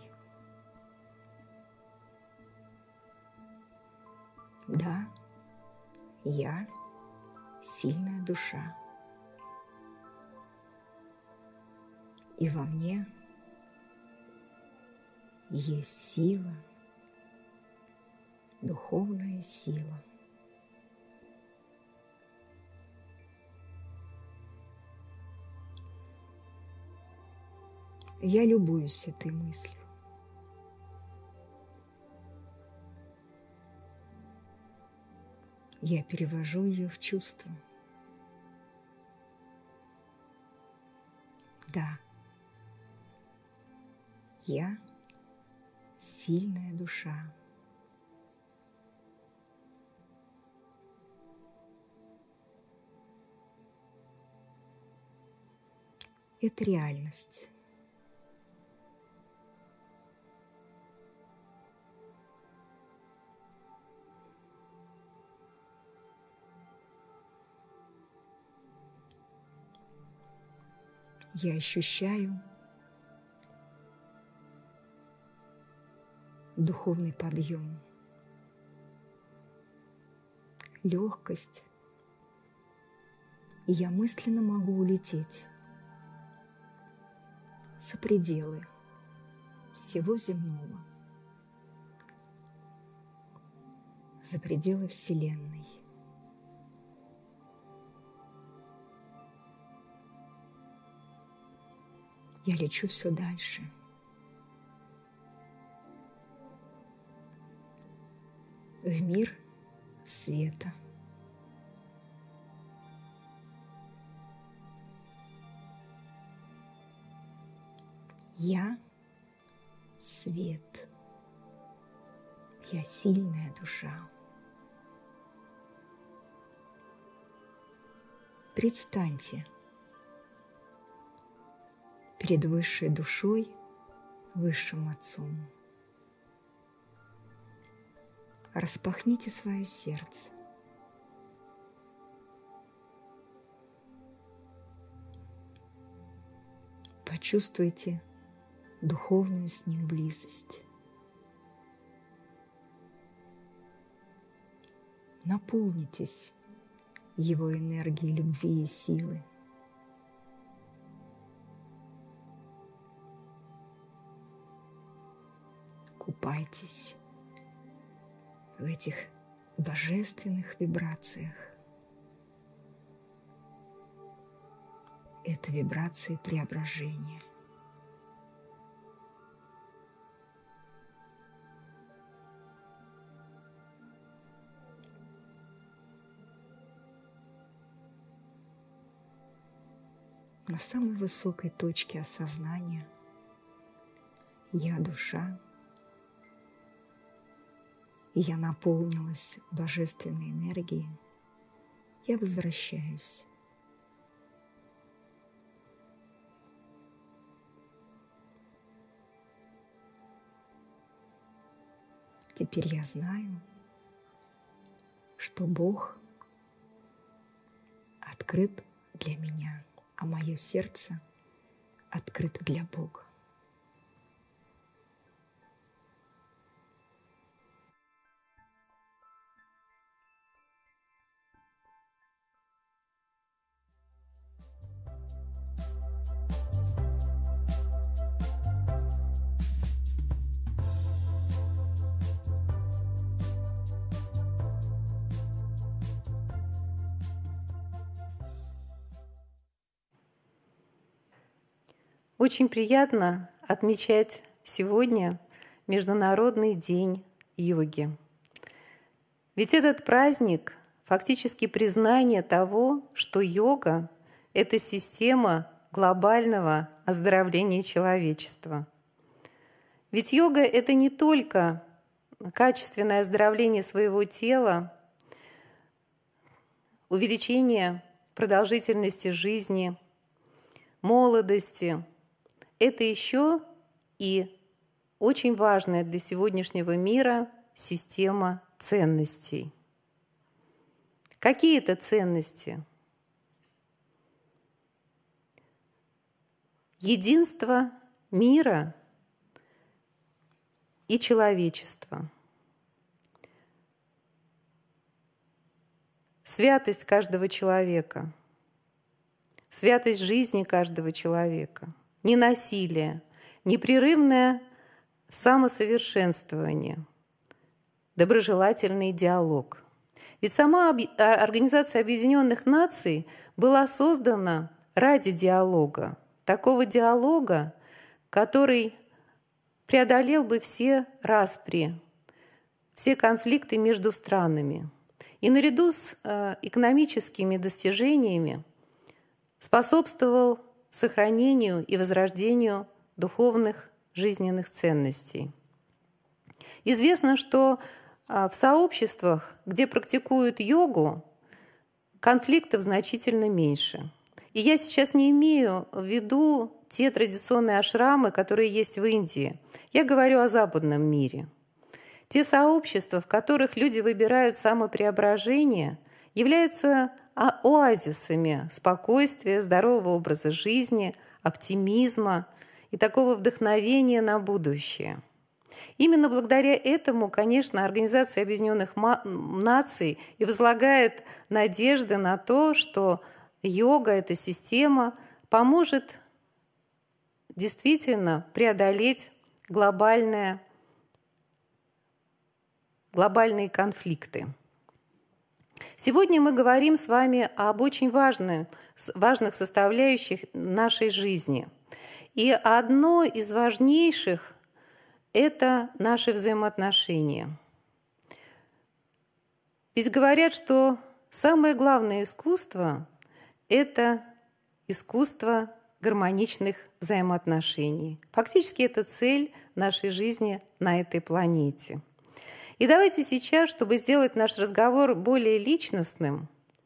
Да, я сильная душа. И во мне есть сила, духовная сила. Я любуюсь этой мыслью. Я перевожу ее в чувство. Да, я сильная душа. Это реальность. Я ощущаю духовный подъем, легкость, и я мысленно могу улететь за пределы всего земного, за пределы Вселенной. Я лечу все дальше. В мир света. Я свет. Я сильная душа. Предстаньте перед высшей душой, высшим Отцом. Распахните свое сердце. Почувствуйте духовную с Ним близость. Наполнитесь Его энергией любви и силы. Купайтесь в этих божественных вибрациях. Это вибрации преображения. На самой высокой точке осознания я душа, и я наполнилась божественной энергией, я возвращаюсь. Теперь я знаю, что Бог открыт для меня, а мое сердце открыто для Бога. Очень приятно отмечать сегодня Международный день йоги. Ведь этот праздник фактически признание того, что йога — это система глобального оздоровления человечества. Ведь йога — это не только качественное оздоровление своего тела, увеличение продолжительности жизни, молодости. Это еще и очень важная для сегодняшнего мира система ценностей. Какие это ценности? Единство мира и человечества. Святость каждого человека. Святость жизни каждого человека. Ненасилие. Непрерывное самосовершенствование, доброжелательный диалог. Ведь сама Организация Объединенных Наций была создана ради диалога, такого диалога, который преодолел бы все распри, все конфликты между странами. И наряду с э, экономическими достижениями способствовал сохранению и возрождению духовных жизненных ценностей. Известно, что э, в сообществах, где практикуют йогу, конфликтов значительно меньше. И я сейчас не имею в виду те традиционные ашрамы, которые есть в Индии. Я говорю о западном мире. Те сообщества, в которых люди выбирают самопреображение, являются оазисами спокойствия, здорового образа жизни, оптимизма и такого вдохновения на будущее. Именно благодаря этому, конечно, Организация Объединенных Наций и возлагает надежды на то, что йога, эта система, поможет действительно преодолеть глобальное, глобальные конфликты. Сегодня мы говорим с вами об очень важных, важных составляющих нашей жизни. И одно из важнейших – это наши взаимоотношения. Ведь говорят, что самое главное искусство – это искусство гармоничных взаимоотношений. Фактически это цель нашей жизни на этой планете. И давайте сейчас, чтобы сделать наш разговор более личностным,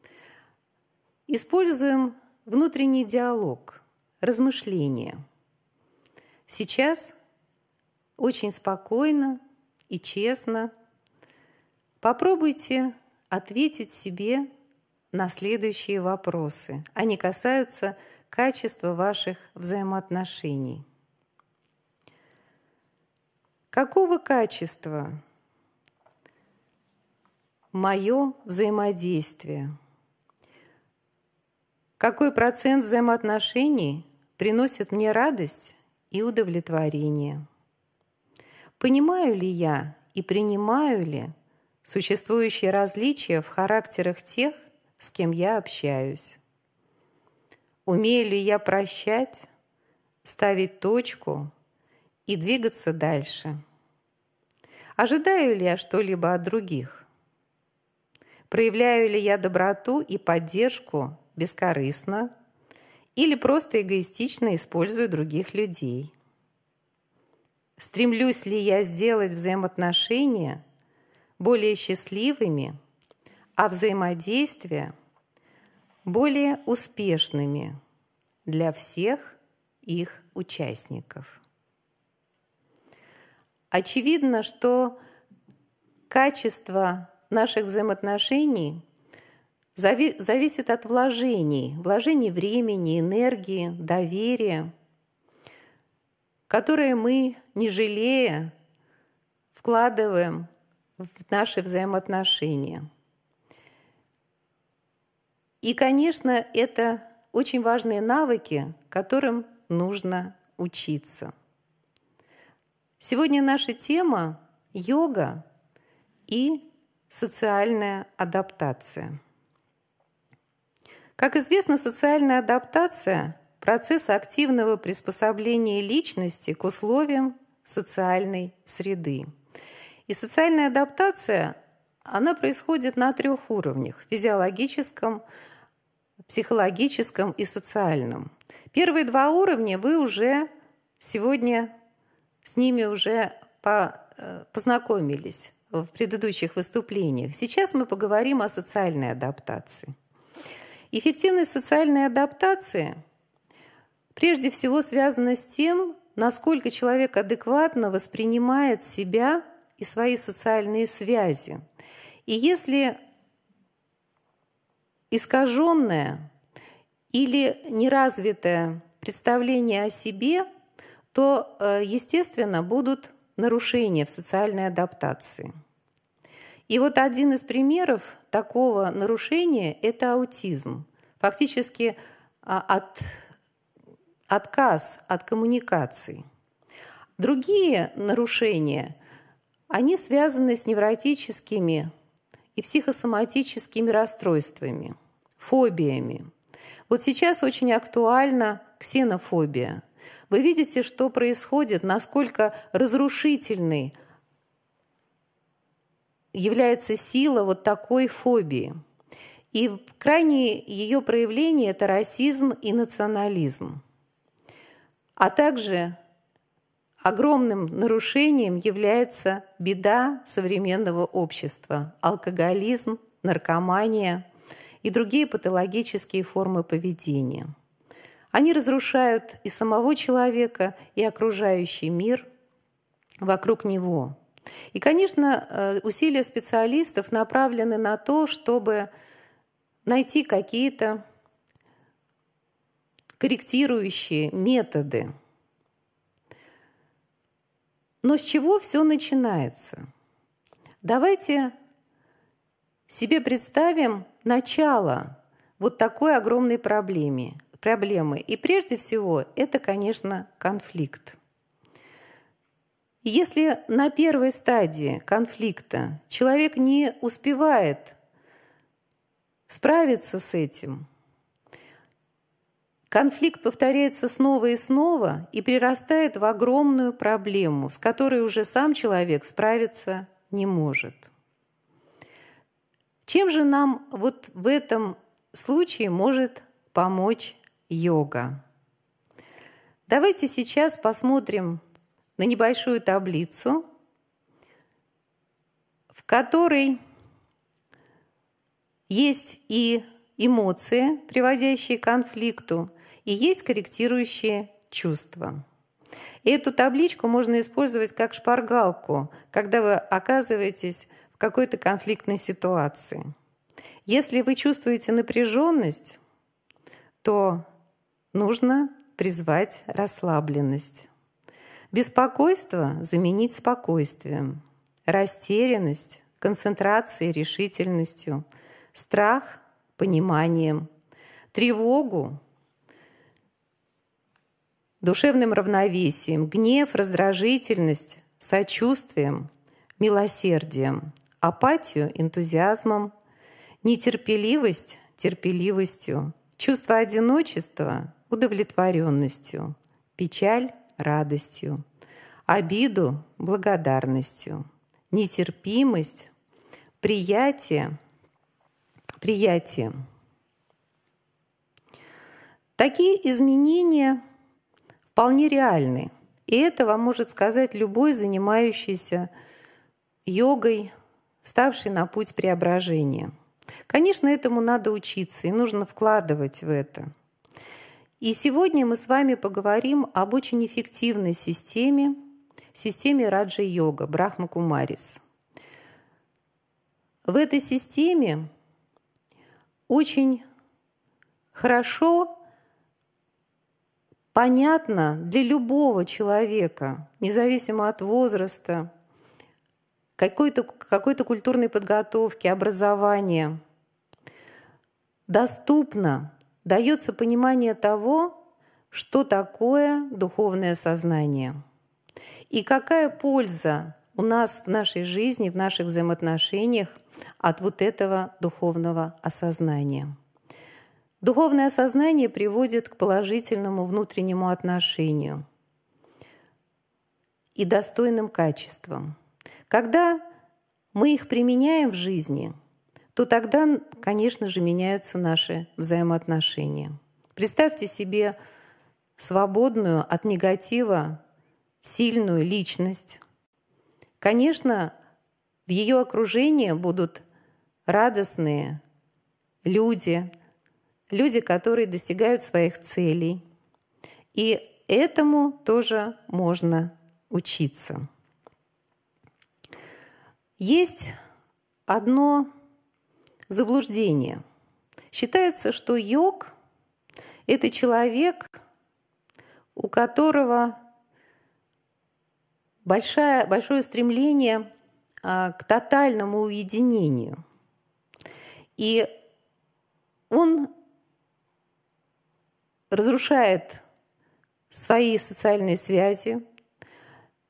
используем внутренний диалог, размышления. Сейчас очень спокойно и честно попробуйте ответить себе на следующие вопросы. Они касаются качества ваших взаимоотношений. Какого качества мое взаимодействие? Какой процент взаимоотношений приносит мне радость и удовлетворение? Понимаю ли я и принимаю ли существующие различия в характерах тех, с кем я общаюсь? Умею ли я прощать, ставить точку и двигаться дальше? Ожидаю ли я что-либо от других? Проявляю ли я доброту и поддержку бескорыстно или просто эгоистично использую других людей? Стремлюсь ли я сделать взаимоотношения более счастливыми, а взаимодействия более успешными для всех их участников? Очевидно, что качество наших взаимоотношений зави- зависит от вложений, вложений времени, энергии, доверия, которые мы, не жалея, вкладываем в наши взаимоотношения. И, конечно, это очень важные навыки, которым нужно учиться. Сегодня наша тема – йога и социальная адаптация. Как известно, социальная адаптация – процесс активного приспособления личности к условиям социальной среды. И социальная адаптация, она происходит на трех уровнях – физиологическом, психологическом и социальном. Первые два уровня вы уже сегодня с ними уже познакомились в предыдущих выступлениях. Сейчас мы поговорим о социальной адаптации. Эффективность социальной адаптации прежде всего связана с тем, насколько человек адекватно воспринимает себя и свои социальные связи. И если искаженное или неразвитое представление о себе, то, естественно, будут нарушения в социальной адаптации. И вот один из примеров такого нарушения – это аутизм. Фактически от, отказ от коммуникации. Другие нарушения, они связаны с невротическими и психосоматическими расстройствами, фобиями. Вот сейчас очень актуальна ксенофобия. Вы видите, что происходит, насколько разрушительной является сила вот такой фобии. И крайнее ее проявление – это расизм и национализм. А также огромным нарушением является беда современного общества – алкоголизм, наркомания и другие патологические формы поведения. Они разрушают и самого человека, и окружающий мир вокруг него. И, конечно, усилия специалистов направлены на то, чтобы найти какие-то корректирующие методы. Но с чего все начинается? Давайте себе представим начало вот такой огромной проблемы. проблемы. И прежде всего это, конечно, конфликт. Если на первой стадии конфликта человек не успевает справиться с этим, конфликт повторяется снова и снова и перерастает в огромную проблему, с которой уже сам человек справиться не может. Чем же нам вот в этом случае может помочь йога? Давайте сейчас посмотрим на небольшую таблицу, в которой есть и эмоции, приводящие к конфликту, и есть корректирующие чувства. И эту табличку можно использовать как шпаргалку, когда вы оказываетесь в какой-то конфликтной ситуации. Если вы чувствуете напряженность, то нужно призвать расслабленность. Беспокойство заменить спокойствием, растерянность концентрацией, решительностью, страх — пониманием, тревогу — душевным равновесием, гнев, раздражительность — сочувствием, милосердием, апатию — энтузиазмом, нетерпеливость — терпеливостью, чувство одиночества — удовлетворенностью, печаль — радостью, обиду — благодарностью, нетерпимость — приятие, приятием. Такие изменения вполне реальны, и это вам может сказать любой занимающийся йогой, вставший на путь преображения. Конечно, этому надо учиться, и нужно вкладывать в это. И сегодня мы с вами поговорим об очень эффективной системе, системе раджа-йога, Брахма-кумарис. В этой системе очень хорошо понятно для любого человека, независимо от возраста, какой-то, какой-то культурной подготовки, образования, доступно дается понимание того, что такое духовное сознание и какая польза у нас в нашей жизни, в наших взаимоотношениях от вот этого духовного осознания. Духовное осознание приводит к положительному внутреннему отношению и достойным качествам. Когда мы их применяем в жизни, то тогда, конечно же, меняются наши взаимоотношения. Представьте себе свободную от негатива, сильную личность. Конечно, в ее окружении будут радостные люди, люди, которые достигают своих целей. И этому тоже можно учиться. Есть одно заблуждение. Считается, что йог — это человек, у которого большое, большое стремление а, к тотальному уединению. И он разрушает свои социальные связи,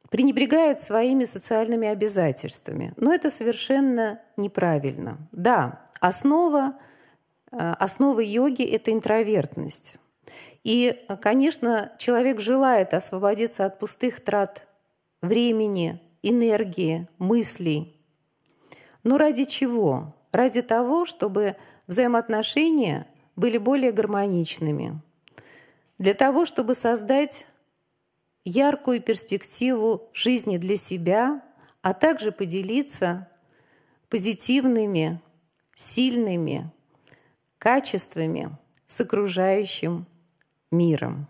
пренебрегает своими социальными обязательствами. Но это совершенно неправильно. Да, основа, основа йоги – это интровертность. И, конечно, человек желает освободиться от пустых трат времени, энергии, мыслей. Но ради чего? Ради того, чтобы взаимоотношения были более гармоничными. Для того, чтобы создать яркую перспективу жизни для себя, а также поделиться позитивными, сильными качествами с окружающим миром.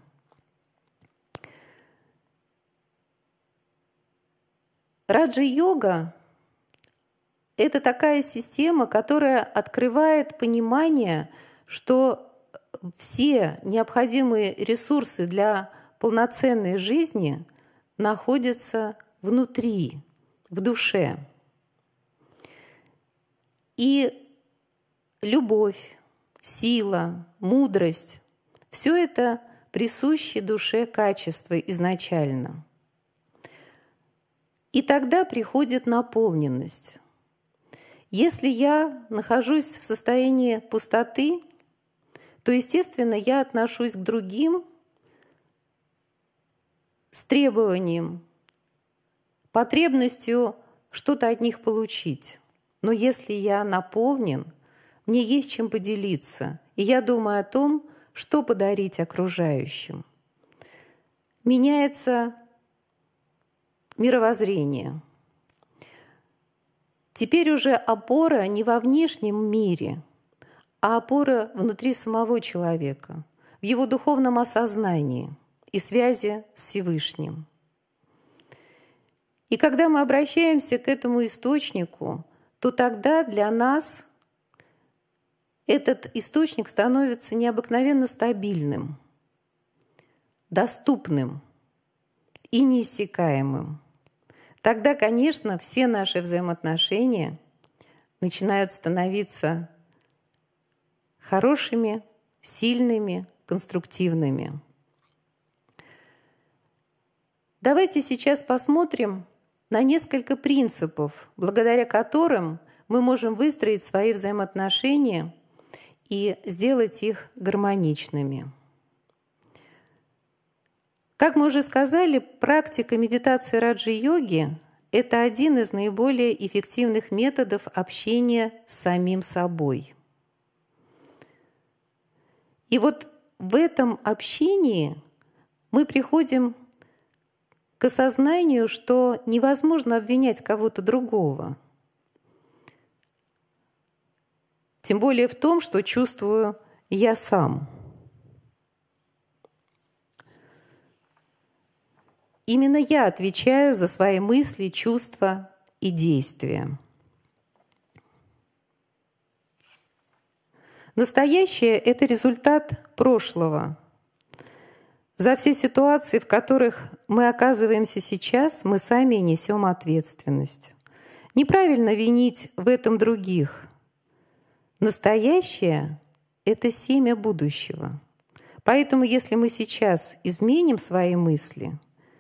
Раджа-йога – это такая система, которая открывает понимание, что все необходимые ресурсы для полноценной жизни находятся внутри, в душе. И любовь, сила, мудрость – все это присуще душе качества изначально. И тогда приходит наполненность. Если я нахожусь в состоянии пустоты, то, естественно, я отношусь к другим с требованием, потребностью что-то от них получить. Но если я наполнен, мне есть чем поделиться, и я думаю о том, что подарить окружающим. Меняется мировоззрение. Теперь уже опора не во внешнем мире, а опора внутри самого человека, в его духовном осознании и связи с Всевышним. И когда мы обращаемся к этому источнику, то тогда для нас этот источник становится необыкновенно стабильным, доступным и неиссякаемым. Тогда, конечно, все наши взаимоотношения начинают становиться хорошими, сильными, конструктивными. Давайте сейчас посмотрим на несколько принципов, благодаря которым мы можем выстроить свои взаимоотношения и сделать их гармоничными. Как мы уже сказали, практика медитации раджа-йоги – это один из наиболее эффективных методов общения с самим собой. И вот в этом общении мы приходим к осознанию, что невозможно обвинять кого-то другого. Тем более в том, что чувствую я сам. Именно я отвечаю за свои мысли, чувства и действия. Настоящее — это результат прошлого. За все ситуации, в которых мы оказываемся сейчас, мы сами несем ответственность. Неправильно винить в этом других. Настоящее — это семя будущего. Поэтому если мы сейчас изменим свои мысли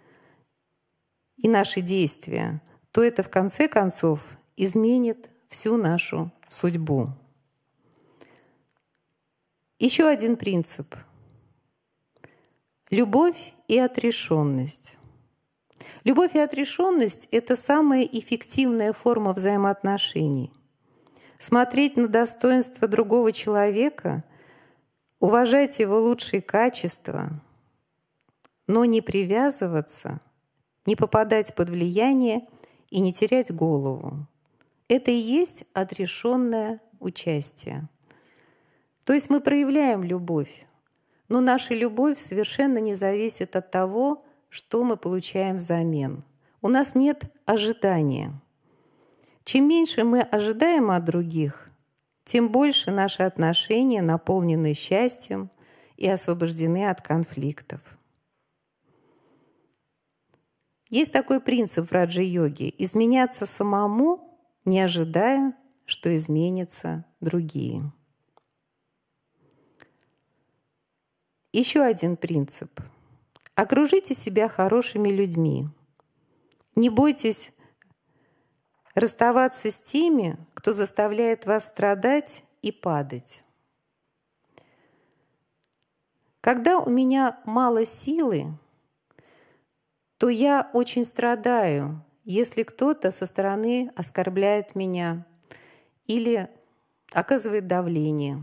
и наши действия, то это в конце концов изменит всю нашу судьбу. Еще один принцип — любовь и отрешенность. Любовь и отрешенность — это самая эффективная форма взаимоотношений. Смотреть на достоинство другого человека, уважать его лучшие качества, но не привязываться, не попадать под влияние и не терять голову. Это и есть отрешенное участие. То есть мы проявляем любовь, но наша любовь совершенно не зависит от того, что мы получаем взамен. У нас нет ожидания. Чем меньше мы ожидаем от других, тем больше наши отношения наполнены счастьем и освобождены от конфликтов. Есть такой принцип в раджа-йоге — изменяться самому, не ожидая, что изменятся другие. Еще один принцип. Окружите себя хорошими людьми. Не бойтесь расставаться с теми, кто заставляет вас страдать и падать. Когда у меня мало силы, то я очень страдаю, если кто-то со стороны оскорбляет меня или оказывает давление.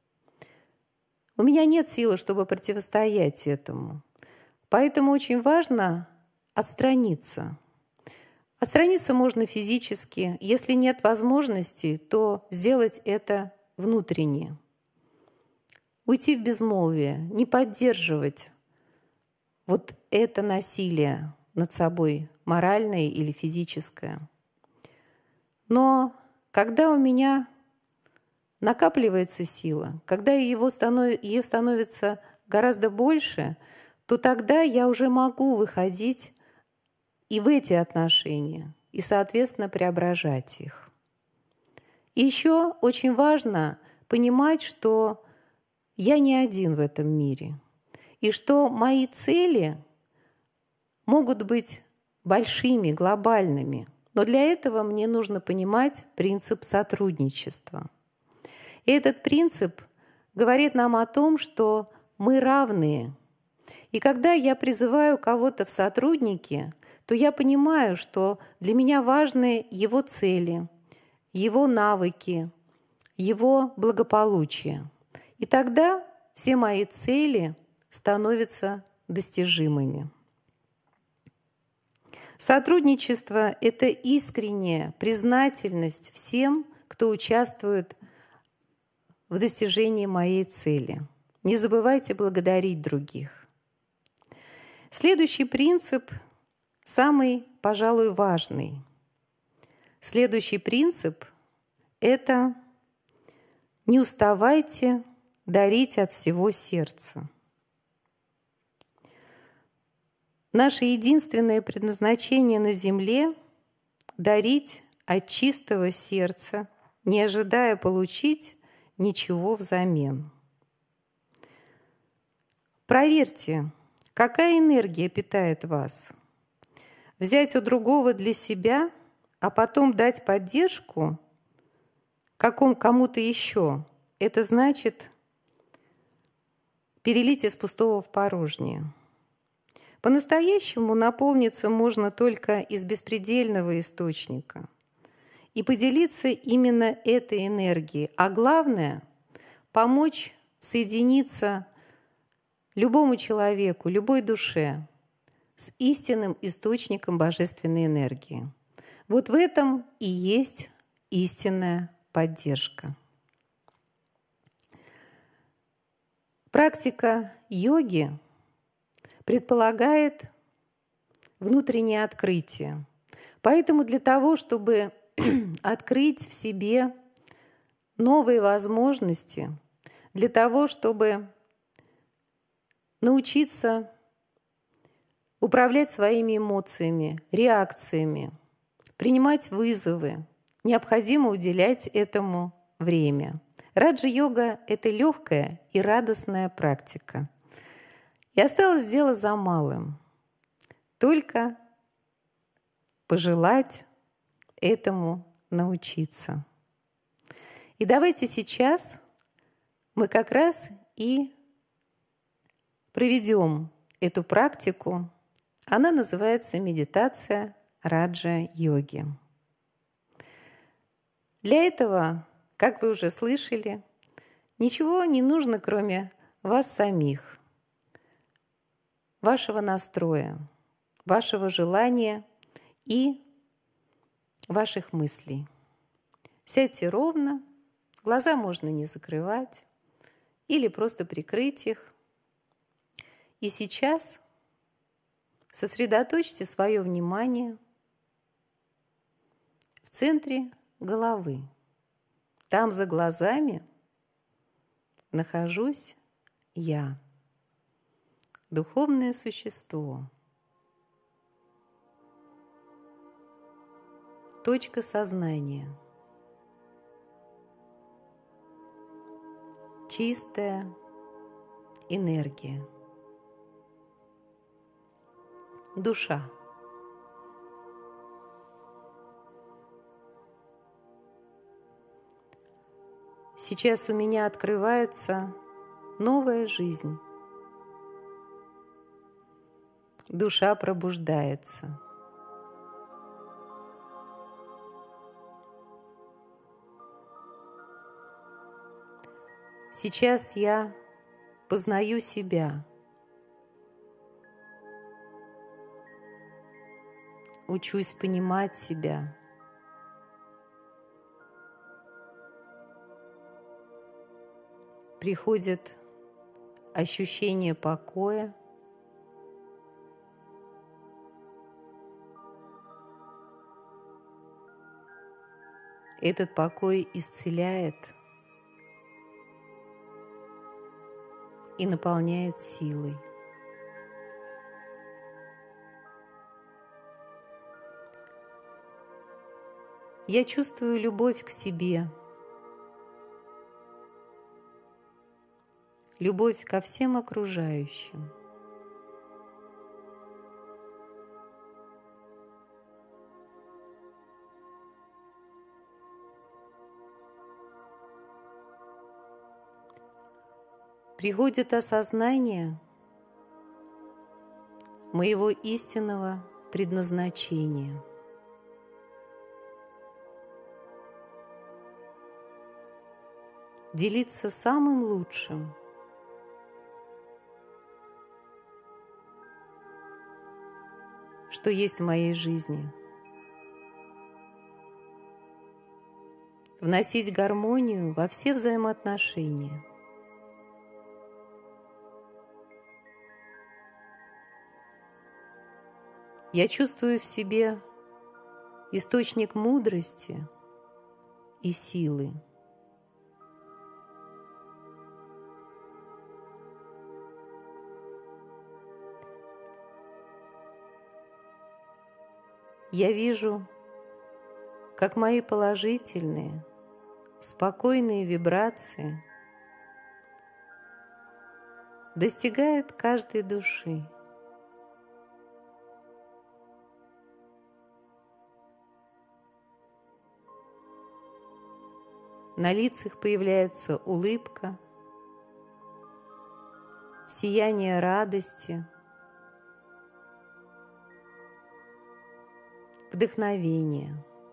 У меня нет силы, чтобы противостоять этому. Поэтому очень важно отстраниться. Отстраниться можно физически. Если нет возможности, то сделать это внутренне. Уйти в безмолвие, не поддерживать вот это насилие над собой, моральное или физическое. Но когда у меня накапливается сила, когда его станов... ее становится гораздо больше, то тогда я уже могу выходить и в эти отношения, и, соответственно, преображать их. И еще очень важно понимать, что я не один в этом мире, и что мои цели могут быть большими, глобальными, но для этого мне нужно понимать принцип сотрудничества. И этот принцип говорит нам о том, что мы равные. И когда я призываю кого-то в сотрудники, то я понимаю, что для меня важны его цели, его навыки, его благополучие. И тогда все мои цели становятся достижимыми. Сотрудничество — это искренняя признательность всем, кто участвует в достижении моей цели. Не забывайте благодарить других. Следующий принцип самый, пожалуй, важный. Следующий принцип — это не уставайте дарить от всего сердца. Наше единственное предназначение на земле — дарить от чистого сердца, не ожидая получить ничего взамен. Проверьте, какая энергия питает вас. Взять у другого для себя, а потом дать поддержку какому кому-то еще — это значит перелить из пустого в порожнее. По-настоящему наполниться можно только из беспредельного источника. И поделиться именно этой энергией. А главное — помочь соединиться любому человеку, любой душе с истинным источником божественной энергии. Вот в этом и есть истинная поддержка. Практика йоги предполагает внутреннее открытие. Поэтому для того, чтобы открыть в себе новые возможности, для того, чтобы научиться управлять своими эмоциями, реакциями, принимать вызовы, необходимо уделять этому время. Раджа-йога — это легкая и радостная практика. И осталось дело за малым. Только пожелать этому научиться. И давайте сейчас мы как раз и проведем эту практику. Она называется медитация раджа-йоги. Для этого, как вы уже слышали, ничего не нужно, кроме вас самих, вашего настроя, вашего желания и ваших мыслей. Сядьте ровно, глаза можно не закрывать или просто прикрыть их. И сейчас сосредоточьте свое внимание в центре головы. Там за глазами нахожусь я, духовное существо. Точка сознания. Чистая энергия. Душа. Сейчас у меня открывается новая жизнь. Душа пробуждается. Сейчас я познаю себя, учусь понимать себя. Приходит ощущение покоя, этот покой исцеляет и наполняет силой. Я чувствую любовь к себе, любовь ко всем окружающим. Приходит осознание моего истинного предназначения. Делиться самым лучшим, что есть в моей жизни. Вносить гармонию во все взаимоотношения. Я чувствую в себе источник мудрости и силы. Я вижу, как мои положительные, спокойные вибрации достигают каждой души. На лицах появляется улыбка, сияние радости, вдохновение.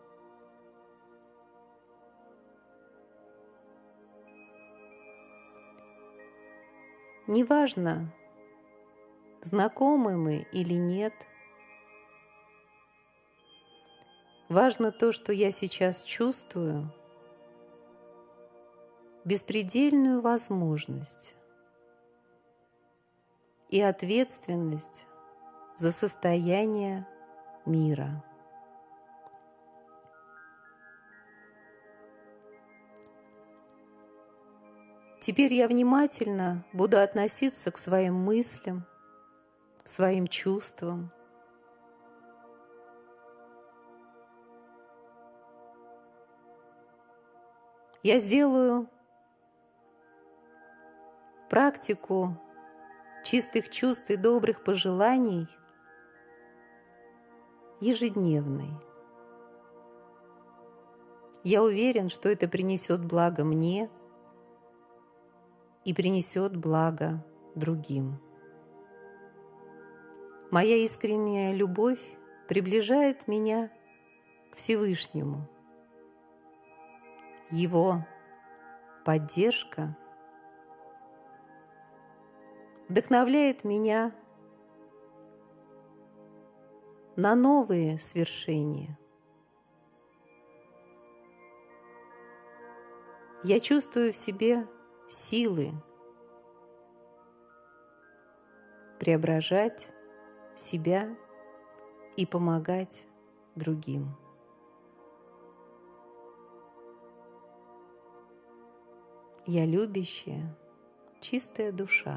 Неважно, знакомы мы или нет, важно то, что я сейчас чувствую, беспредельную возможность и ответственность за состояние мира. Теперь я внимательно буду относиться к своим мыслям, своим чувствам. Я сделаю практику чистых чувств и добрых пожеланий ежедневной. Я уверен, что это принесет благо мне и принесет благо другим. Моя искренняя любовь приближает меня к Всевышнему. Его поддержка вдохновляет меня на новые свершения. Я чувствую в себе силы преображать себя и помогать другим. Я любящая, чистая душа.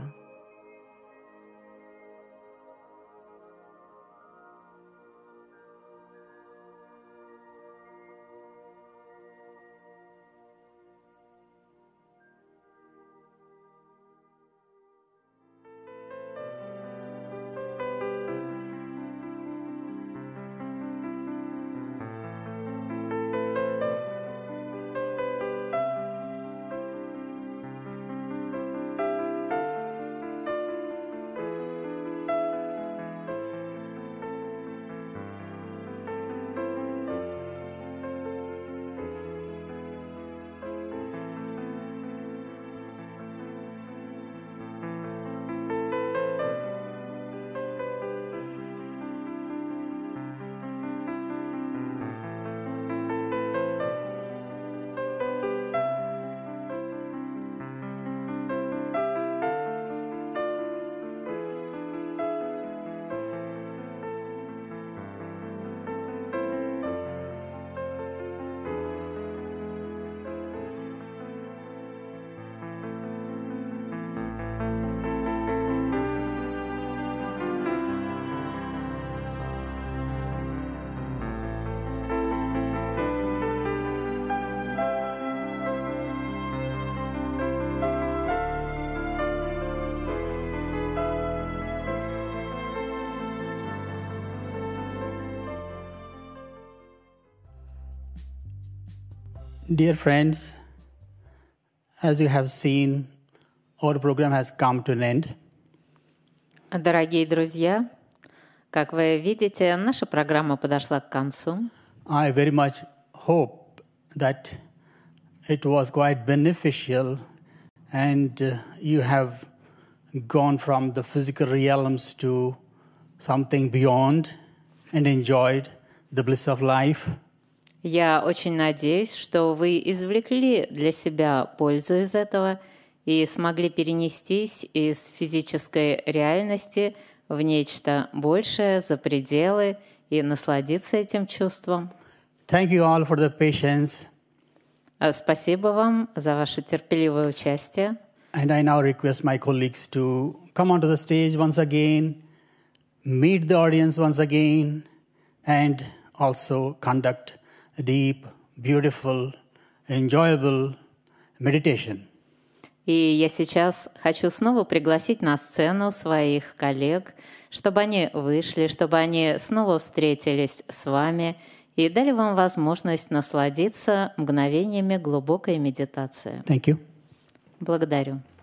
Dear friends, as you have seen, our program has come to an end. Дорогие друзья, как вы видите, наша программа подошла к концу. I very much hope that it was quite beneficial and uh, you have gone from the physical realms to something beyond and enjoyed the bliss of life. Я очень надеюсь, что вы извлекли для себя пользу из этого и смогли перенестись из физической реальности в нечто большее, за пределы, и насладиться этим чувством. Thank you all for the patience. Спасибо вам за ваше терпеливое участие. And I now request my colleagues to come onto the stage once again, meet the audience once again, and also conduct a deep, beautiful, enjoyable meditation. И я сейчас хочу снова пригласить на сцену своих коллег, чтобы они вышли, чтобы они снова встретились с вами и дали вам возможность насладиться мгновениями глубокой медитации. Thank you. Благодарю.